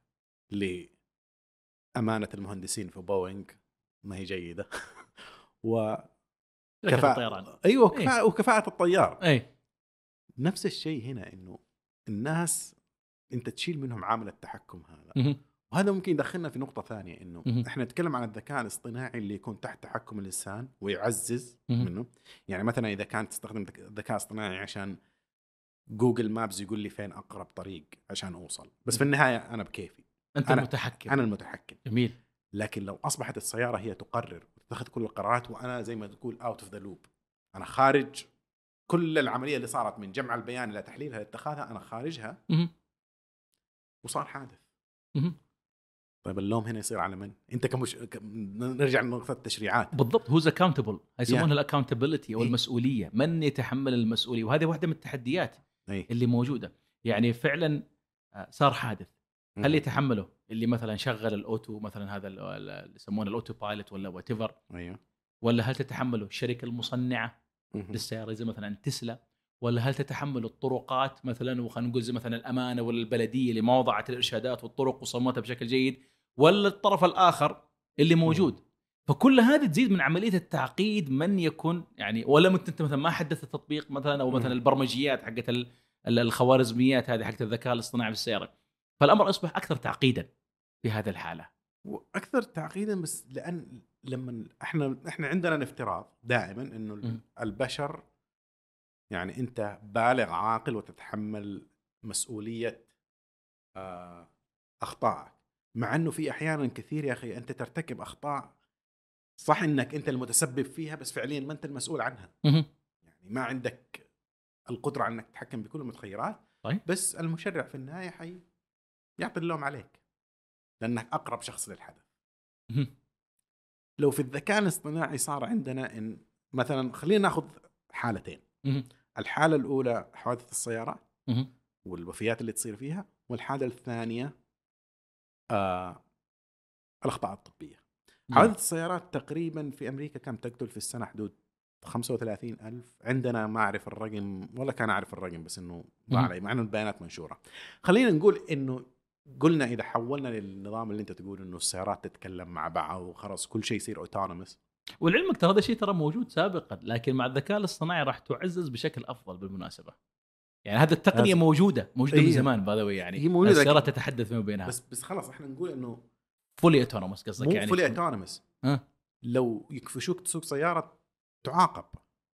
لامانه المهندسين في بوينغ، ما هي جيده شركة الطيران. ايوه وكفاءه الطيار. اي نفس الشيء هنا، انه الناس انت تشيل منهم عامل التحكم هذا. وهذا ممكن يدخلنا في نقطه ثانيه، انه احنا نتكلم عن الذكاء الاصطناعي اللي يكون تحت تحكم الانسان ويعزز منه. يعني مثلا اذا كانت تستخدم الذكاء الاصطناعي عشان جوجل مابز يقول لي فين اقرب طريق عشان اوصل، بس في النهايه انا بكيفي، أنا انا المتحكم. جميل. لكن لو اصبحت السياره هي تقرر وتتخذ كل القرارات، وانا زي ما تقول اوت اوف ذا لوب، انا خارج كل العمليه اللي صارت من جمع البيان الى تحليلها لاتخاذها، انا خارجها، وصار حادث. طيب اللوم هنا يصير على من؟ انت نرجع لنقطه التشريعات. بالضبط، هوز اكاونتبل، يسمونها الاكاونتبيلتي او المسؤوليه، من يتحمل المسؤوليه، وهذه واحده من التحديات اللي موجوده. يعني فعلا صار حادث، هل يتحمله اللي مثلا شغل الاوتو مثلا، هذا اللي يسمونه الاوتو بايلوت ولا وات ايفر، ولا هل تتحمله الشركه المصنعه للسياره زي مثلا تسلا، ولا هل تتحمل الطرقات مثلا، وخلينا نقول زي مثلا الامانه ولا البلديه اللي ما وضعت الارشادات والطرق وصمتها بشكل جيد، ولا الطرف الاخر اللي موجود. فكل هذه تزيد من عمليه التعقيد، من يكون يعني، ولا انت مثلا ما حدثت التطبيق مثلا، او مثلا البرمجيات حقت الخوارزميات هذه حقت الذكاء الاصطناعي بالسياره، فالامر اصبح اكثر تعقيدا في هذه الحاله، واكثر تعقيدا. بس لان لما احنا عندنا الافتراض دائما انه البشر، يعني انت بالغ عاقل وتتحمل مسؤوليه اخطائك، مع انه في احيانا كثير يا اخي انت ترتكب اخطاء صح انك انت المتسبب فيها، بس فعليا ما انت المسؤول عنها. يعني ما عندك القدره على انك تتحكم بكل المتغيرات. طيب. بس المشرع في النهايه يعطي اللوم عليك لانك اقرب شخص للحدث. لو في الذكاء الاصطناعي صار عندنا ان مثلا، خلينا ناخذ حالتين. الحاله الاولى حوادث السيارات والوفيات اللي تصير فيها، والحاله الثانيه الاخطاء الطبيه. حوادث السيارات تقريبا في امريكا كم تقتل في السنه؟ حدود 35,000. عندنا ما اعرف الرقم ولا كان اعرف الرقم، بس انه ضاع علي مع انه البيانات منشوره. خلينا نقول انه قلنا اذا حولنا للنظام اللي انت تقول انه السيارات تتكلم مع بعض وخلاص كل شيء يصير اوتونومس. والعلمك ترى هذا الشيء ترى موجود سابقا، لكن مع الذكاء الاصطناعي راح تعزز بشكل افضل بالمناسبه. يعني هذه التقنيه موجوده من زمان باذوي، يعني السيارات تتحدث فيما بينها. بس خلاص احنا نقول انه فولي اوتونومس قصدك؟ يعني فولي اوتونومس. لو يكفشوك تسوق سياره تعاقب.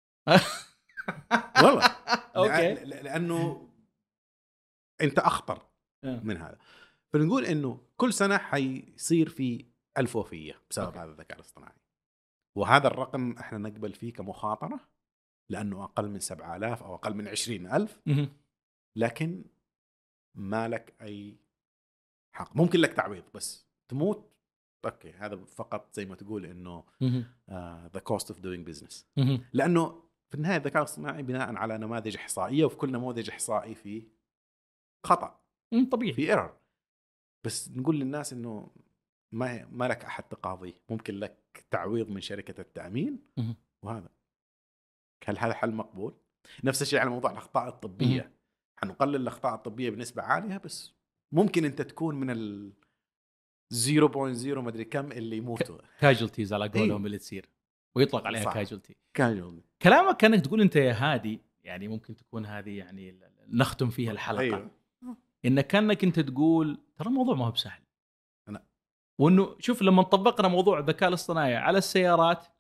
والله اوكي، لانه انت اخطر من هذا. فنقول انه كل سنه حيصير في 1000 وفيه بسبب هذا الذكاء الاصطناعي، وهذا الرقم احنا نقبل فيه كمخاطره لانه اقل من 7,000 او اقل من 20,000. لكن ما لك اي حق. ممكن لك تعويض بس تموت، اوكي، هذا فقط زي ما تقول انه the cost of doing business. لانه في النهايه الذكاء الاصطناعي بناء على نماذج احصائيه، وفي كل نموذج احصائي فيه خطا طبيعي، في ايرور. بس نقول للناس انه ما لك احد تقاضيه، ممكن لك تعويض من شركه التامين. وهذا هل هذا حل مقبول؟ نفس الشيء على موضوع الاخطاء الطبيه. حنقلل الاخطاء الطبيه بنسبه عاليه، بس ممكن انت تكون من ال 0.0 ما ادري كم اللي يموتوا كاجولتيز على قولهم اللي تصير ويطلق عليها كاجولتي. كلامك كانك تقول انت يا هادي، يعني ممكن تكون هذه يعني نختم فيها الحلقه. انك كانك انت تقول ترى الموضوع ما هو بسهل. وانه شوف لما طبقنا موضوع الذكاء الاصطناعي على السيارات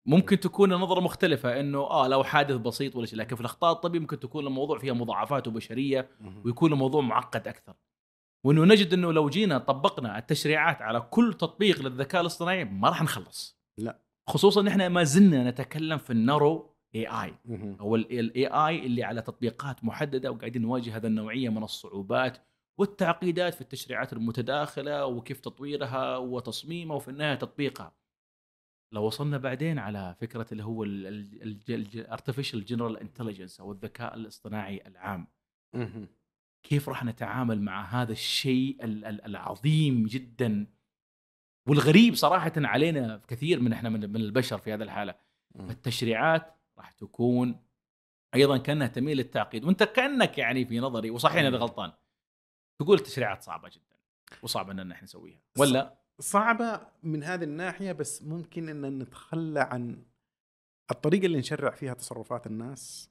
ممكن تكون النظرة مختلفة انه لو حادث بسيط ولا شيء، لكن في الاخطاء الطبية ممكن تكون الموضوع فيها مضاعفات وبشرية ويكون الموضوع معقد اكثر. وانه نجد انه لو جينا طبقنا التشريعات على كل تطبيق للذكاء الاصطناعي ما راح نخلص. لا، خصوصا ان احنا ما زلنا نتكلم في النارو اي اي او الاي اي اللي على تطبيقات محدده، وقاعدين نواجه هذا النوعيه من الصعوبات والتعقيدات في التشريعات المتداخله وكيف تطويرها وتصميمها وفي النهايه تطبيقها. لو وصلنا بعدين على فكره اللي هو الارتفيشال جنرال انتليجنس او الذكاء الاصطناعي العام، كيف راح نتعامل مع هذا الشيء العظيم جدا والغريب صراحة علينا كثير من احنا من البشر في هذا الحالة. فالتشريعات راح تكون ايضا كانها تميل للتعقيد، وانت كانك يعني في نظري وصحيح اذا غلطان تقول التشريعات صعبة جدا وصعب ان احنا نسويها، ولا صعبة من هذه الناحية، بس ممكن ان نتخلى عن الطريقة اللي نشرع فيها تصرفات الناس.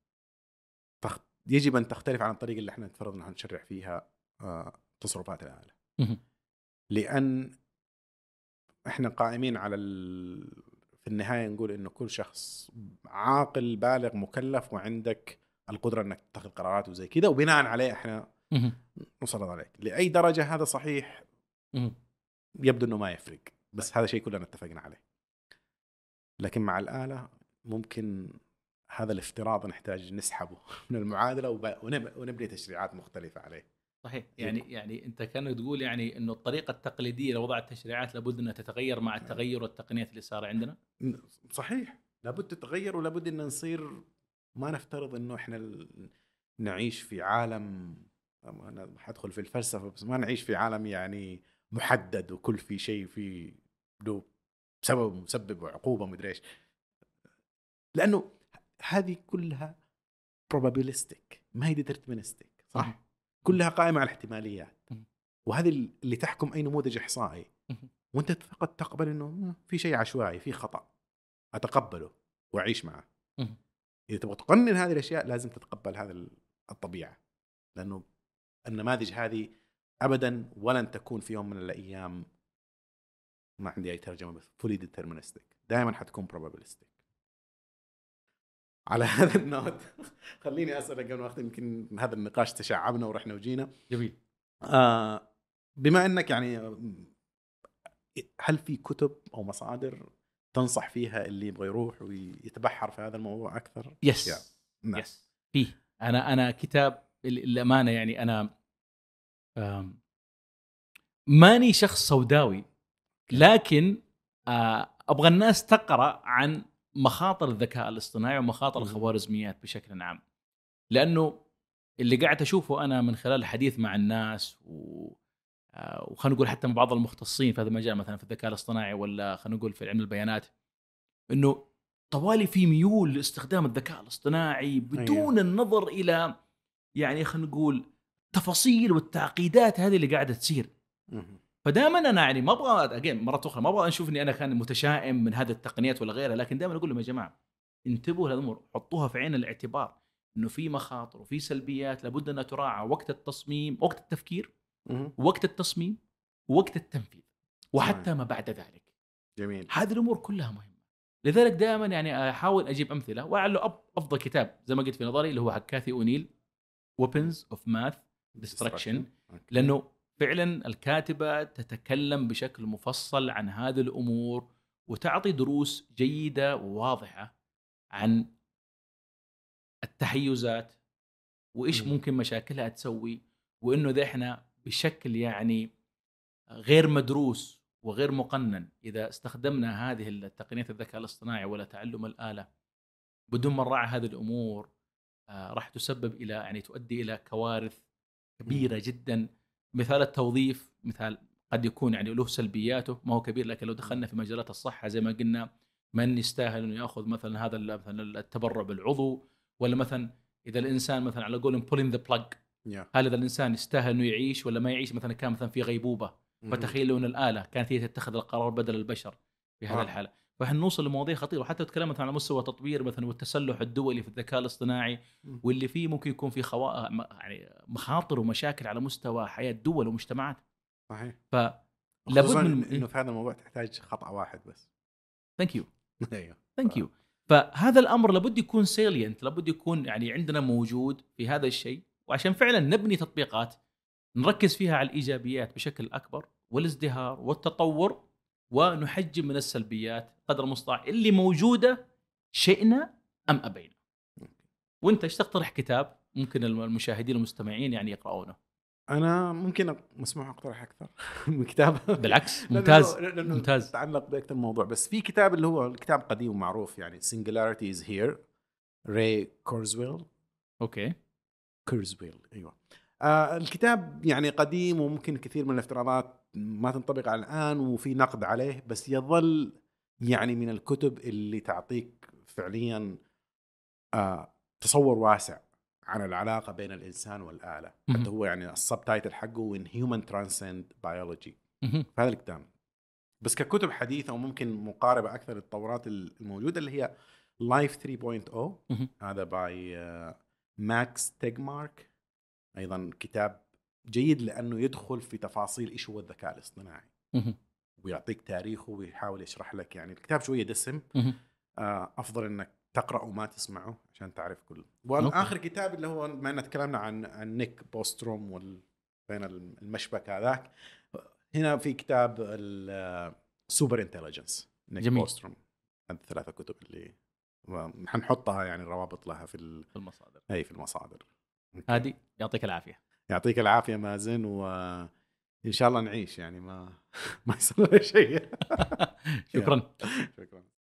يجب ان تختلف عن الطريقة اللي احنا نفترض ان نشرع فيها تصرفات الآلة. لأن احنا قائمين على في النهاية نقول انه كل شخص عاقل بالغ مكلف وعندك القدرة انك تتخذ قرارات وزي كذا، وبناء عليه احنا نصرد عليك. لأي درجة هذا صحيح يبدو انه ما يفرق، بس هذا شيء كلنا اتفقنا عليه. لكن مع الآلة ممكن هذا الافتراض نحتاج نسحبه من المعادلة ونبني تشريعات مختلفة عليه. صحيح. يعني انت كان تقول يعني انه الطريقه التقليديه لوضع التشريعات لابد انها تتغير مع التغير والتقنيات اللي صار عندنا. صحيح، لابد تتغير، ولابد ان نصير ما نفترض انه احنا نعيش في عالم، انا حادخل في الفلسفه، بس ما نعيش في عالم يعني محدد وكل في شيء في له سبب ومسبب وعقوبه مدري ايش، لانه هذه كلها probabilistic ما هي deterministic. صح؟ كلها قائمة على الاحتماليات، وهذه اللي تحكم أي نموذج إحصائي. وأنت فقط تقبل أنه في شيء عشوائي، في خطأ، أتقبله وأعيش معه. إذا تبغى تقنن هذه الأشياء لازم تتقبل هذا الطبيعة، لأنه النماذج هذه أبدا ولن تكون في يوم من الأيام، ما عندي أي ترجمة، بس fully deterministic، دائما حتكون probabilistic. على هذا النوت خليني أسألك قبل ما أختم، يمكن هذا النقاش تشعبنا ورحنا وجينا. جميل. بما أنك يعني، هل في كتب أو مصادر تنصح فيها اللي يبغى يروح ويتبحر في هذا الموضوع أكثر؟ يس نعم. يس فيه. أنا كتاب الأمانة يعني أنا ماني شخص سوداوي، لكن أبغى الناس تقرأ عن مخاطر الذكاء الاصطناعي ومخاطر الخوارزميات بشكل عام، لأنه اللي قاعد أشوفه أنا من خلال الحديث مع الناس وخلينا نقول حتى مع بعض المختصين في هذا المجال، مثلا في الذكاء الاصطناعي ولا خلينا نقول في علم البيانات، إنه طوالي في ميول لاستخدام الذكاء الاصطناعي بدون النظر إلى يعني خلينا نقول التفاصيل والتعقيدات هذه اللي قاعدة تصير. فدائما انا يعني ما ابغى مرات اخرى ما ابغى نشوف اني انا كان متشائم من هذه التقنيات ولا غيرها، لكن دائما اقول لهم يا جماعه انتبهوا للامور، حطوها في عين الاعتبار انه في مخاطر وفي سلبيات لابد انها تراعى وقت التصميم، وقت التفكير، وقت التصميم، ووقت التنفيذ، وحتى ما بعد ذلك. جميل. هذه الامور كلها مهمه. لذلك دائما يعني احاول اجيب امثله، وعلى افضل كتاب زي ما قلت في نظري اللي هو حق كاثي اونيل Weapons of Math Destruction، لانه فعلا الكاتبة تتكلم بشكل مفصل عن هذه الأمور وتعطي دروس جيدة وواضحة عن التحيزات وإيش ممكن مشاكلها تسوي، وإنه ذا إحنا بشكل يعني غير مدروس وغير مقنن إذا استخدمنا هذه التقنيات الذكاء الاصطناعي ولا تعلم الآلة بدون مراعي هذه الأمور راح تسبب إلى يعني تؤدي إلى كوارث كبيرة جدا. مثال التوظيف مثال قد يكون يعني له سلبياته ما هو كبير، لكن لو دخلنا في مجالات الصحة زي ما قلنا من يستاهل انه ياخذ مثلا هذا مثلا التبرع بالعضو، ولا مثلا اذا الانسان مثلا على قولهم pulling the plug، هل اذا الانسان يستاهل انه يعيش ولا ما يعيش، مثلا كان مثلا في غيبوبة فتخيلوا ان الآلة كانت هي تتخذ القرار بدل البشر في هذه الحالة. فهنوصل لمواضيع خطيرة، وحتى تكلمت على مستوى تطوير مثلا والتسلح الدولي في الذكاء الاصطناعي واللي فيه ممكن يكون في يعني مخاطر ومشاكل على مستوى حياة دول ومجتمعات. صحيح. فلابد من انه في هذا الموضوع تحتاج خطأ واحد بس. ثانك يو ايوه ثانك يو. فهذا الامر لابد يكون سيلينت، لابد يكون يعني عندنا موجود في هذا الشيء، وعشان فعلا نبني تطبيقات نركز فيها على الايجابيات بشكل اكبر والازدهار والتطور، ونحجم من السلبيات قدر المستطاع اللي موجوده شئنا ام ابينا. وانت ايش تقترح كتاب ممكن المشاهدين والمستمعين يعني يقرؤونه؟ انا ممكن مسموح اقترح اكثر من كتاب؟ بالعكس ممتاز لأنه ممتاز. يتعلق باكثر موضوع، بس في كتاب اللي هو الكتاب قديم ومعروف يعني Singularity is Here، راي كورزويل. اوكي. ايوه. الكتاب يعني قديم وممكن كثير من الافتراضات ما تنطبق على الان وفي نقد عليه، بس يظل يعني من الكتب اللي تعطيك فعليا تصور واسع عن العلاقة بين الإنسان والآلة. حتى هو يعني السب تايتل حقه In Human Transcend Biology في هذا الكتاب. بس ككتب حديثة وممكن مقاربة أكثر للتطورات الموجودة اللي هي Life 3.0، هذا باي ماكس تيغمارك، أيضا كتاب جيد لأنه يدخل في تفاصيل إيش هو الذكاء الاصطناعي ويعطيك تاريخه ويحاول يشرح لك. يعني الكتاب شوية دسم، أفضل أنك تقرأ وما تسمعه عشان تعرف كل. والآخر كتاب اللي هو ما نتكلمنا عن نيك بوستروم بين المشبك هذاك، هنا في كتاب السوبر انتليجنس نيك بوستروم. هذه 3 كتب اللي حنحطها يعني روابط لها في المصادر. أي في المصادر. هادي يعطيك العافية. يعطيك العافية مازن، وإن شاء الله نعيش يعني ما يصير شيء. شكرا. شكرا.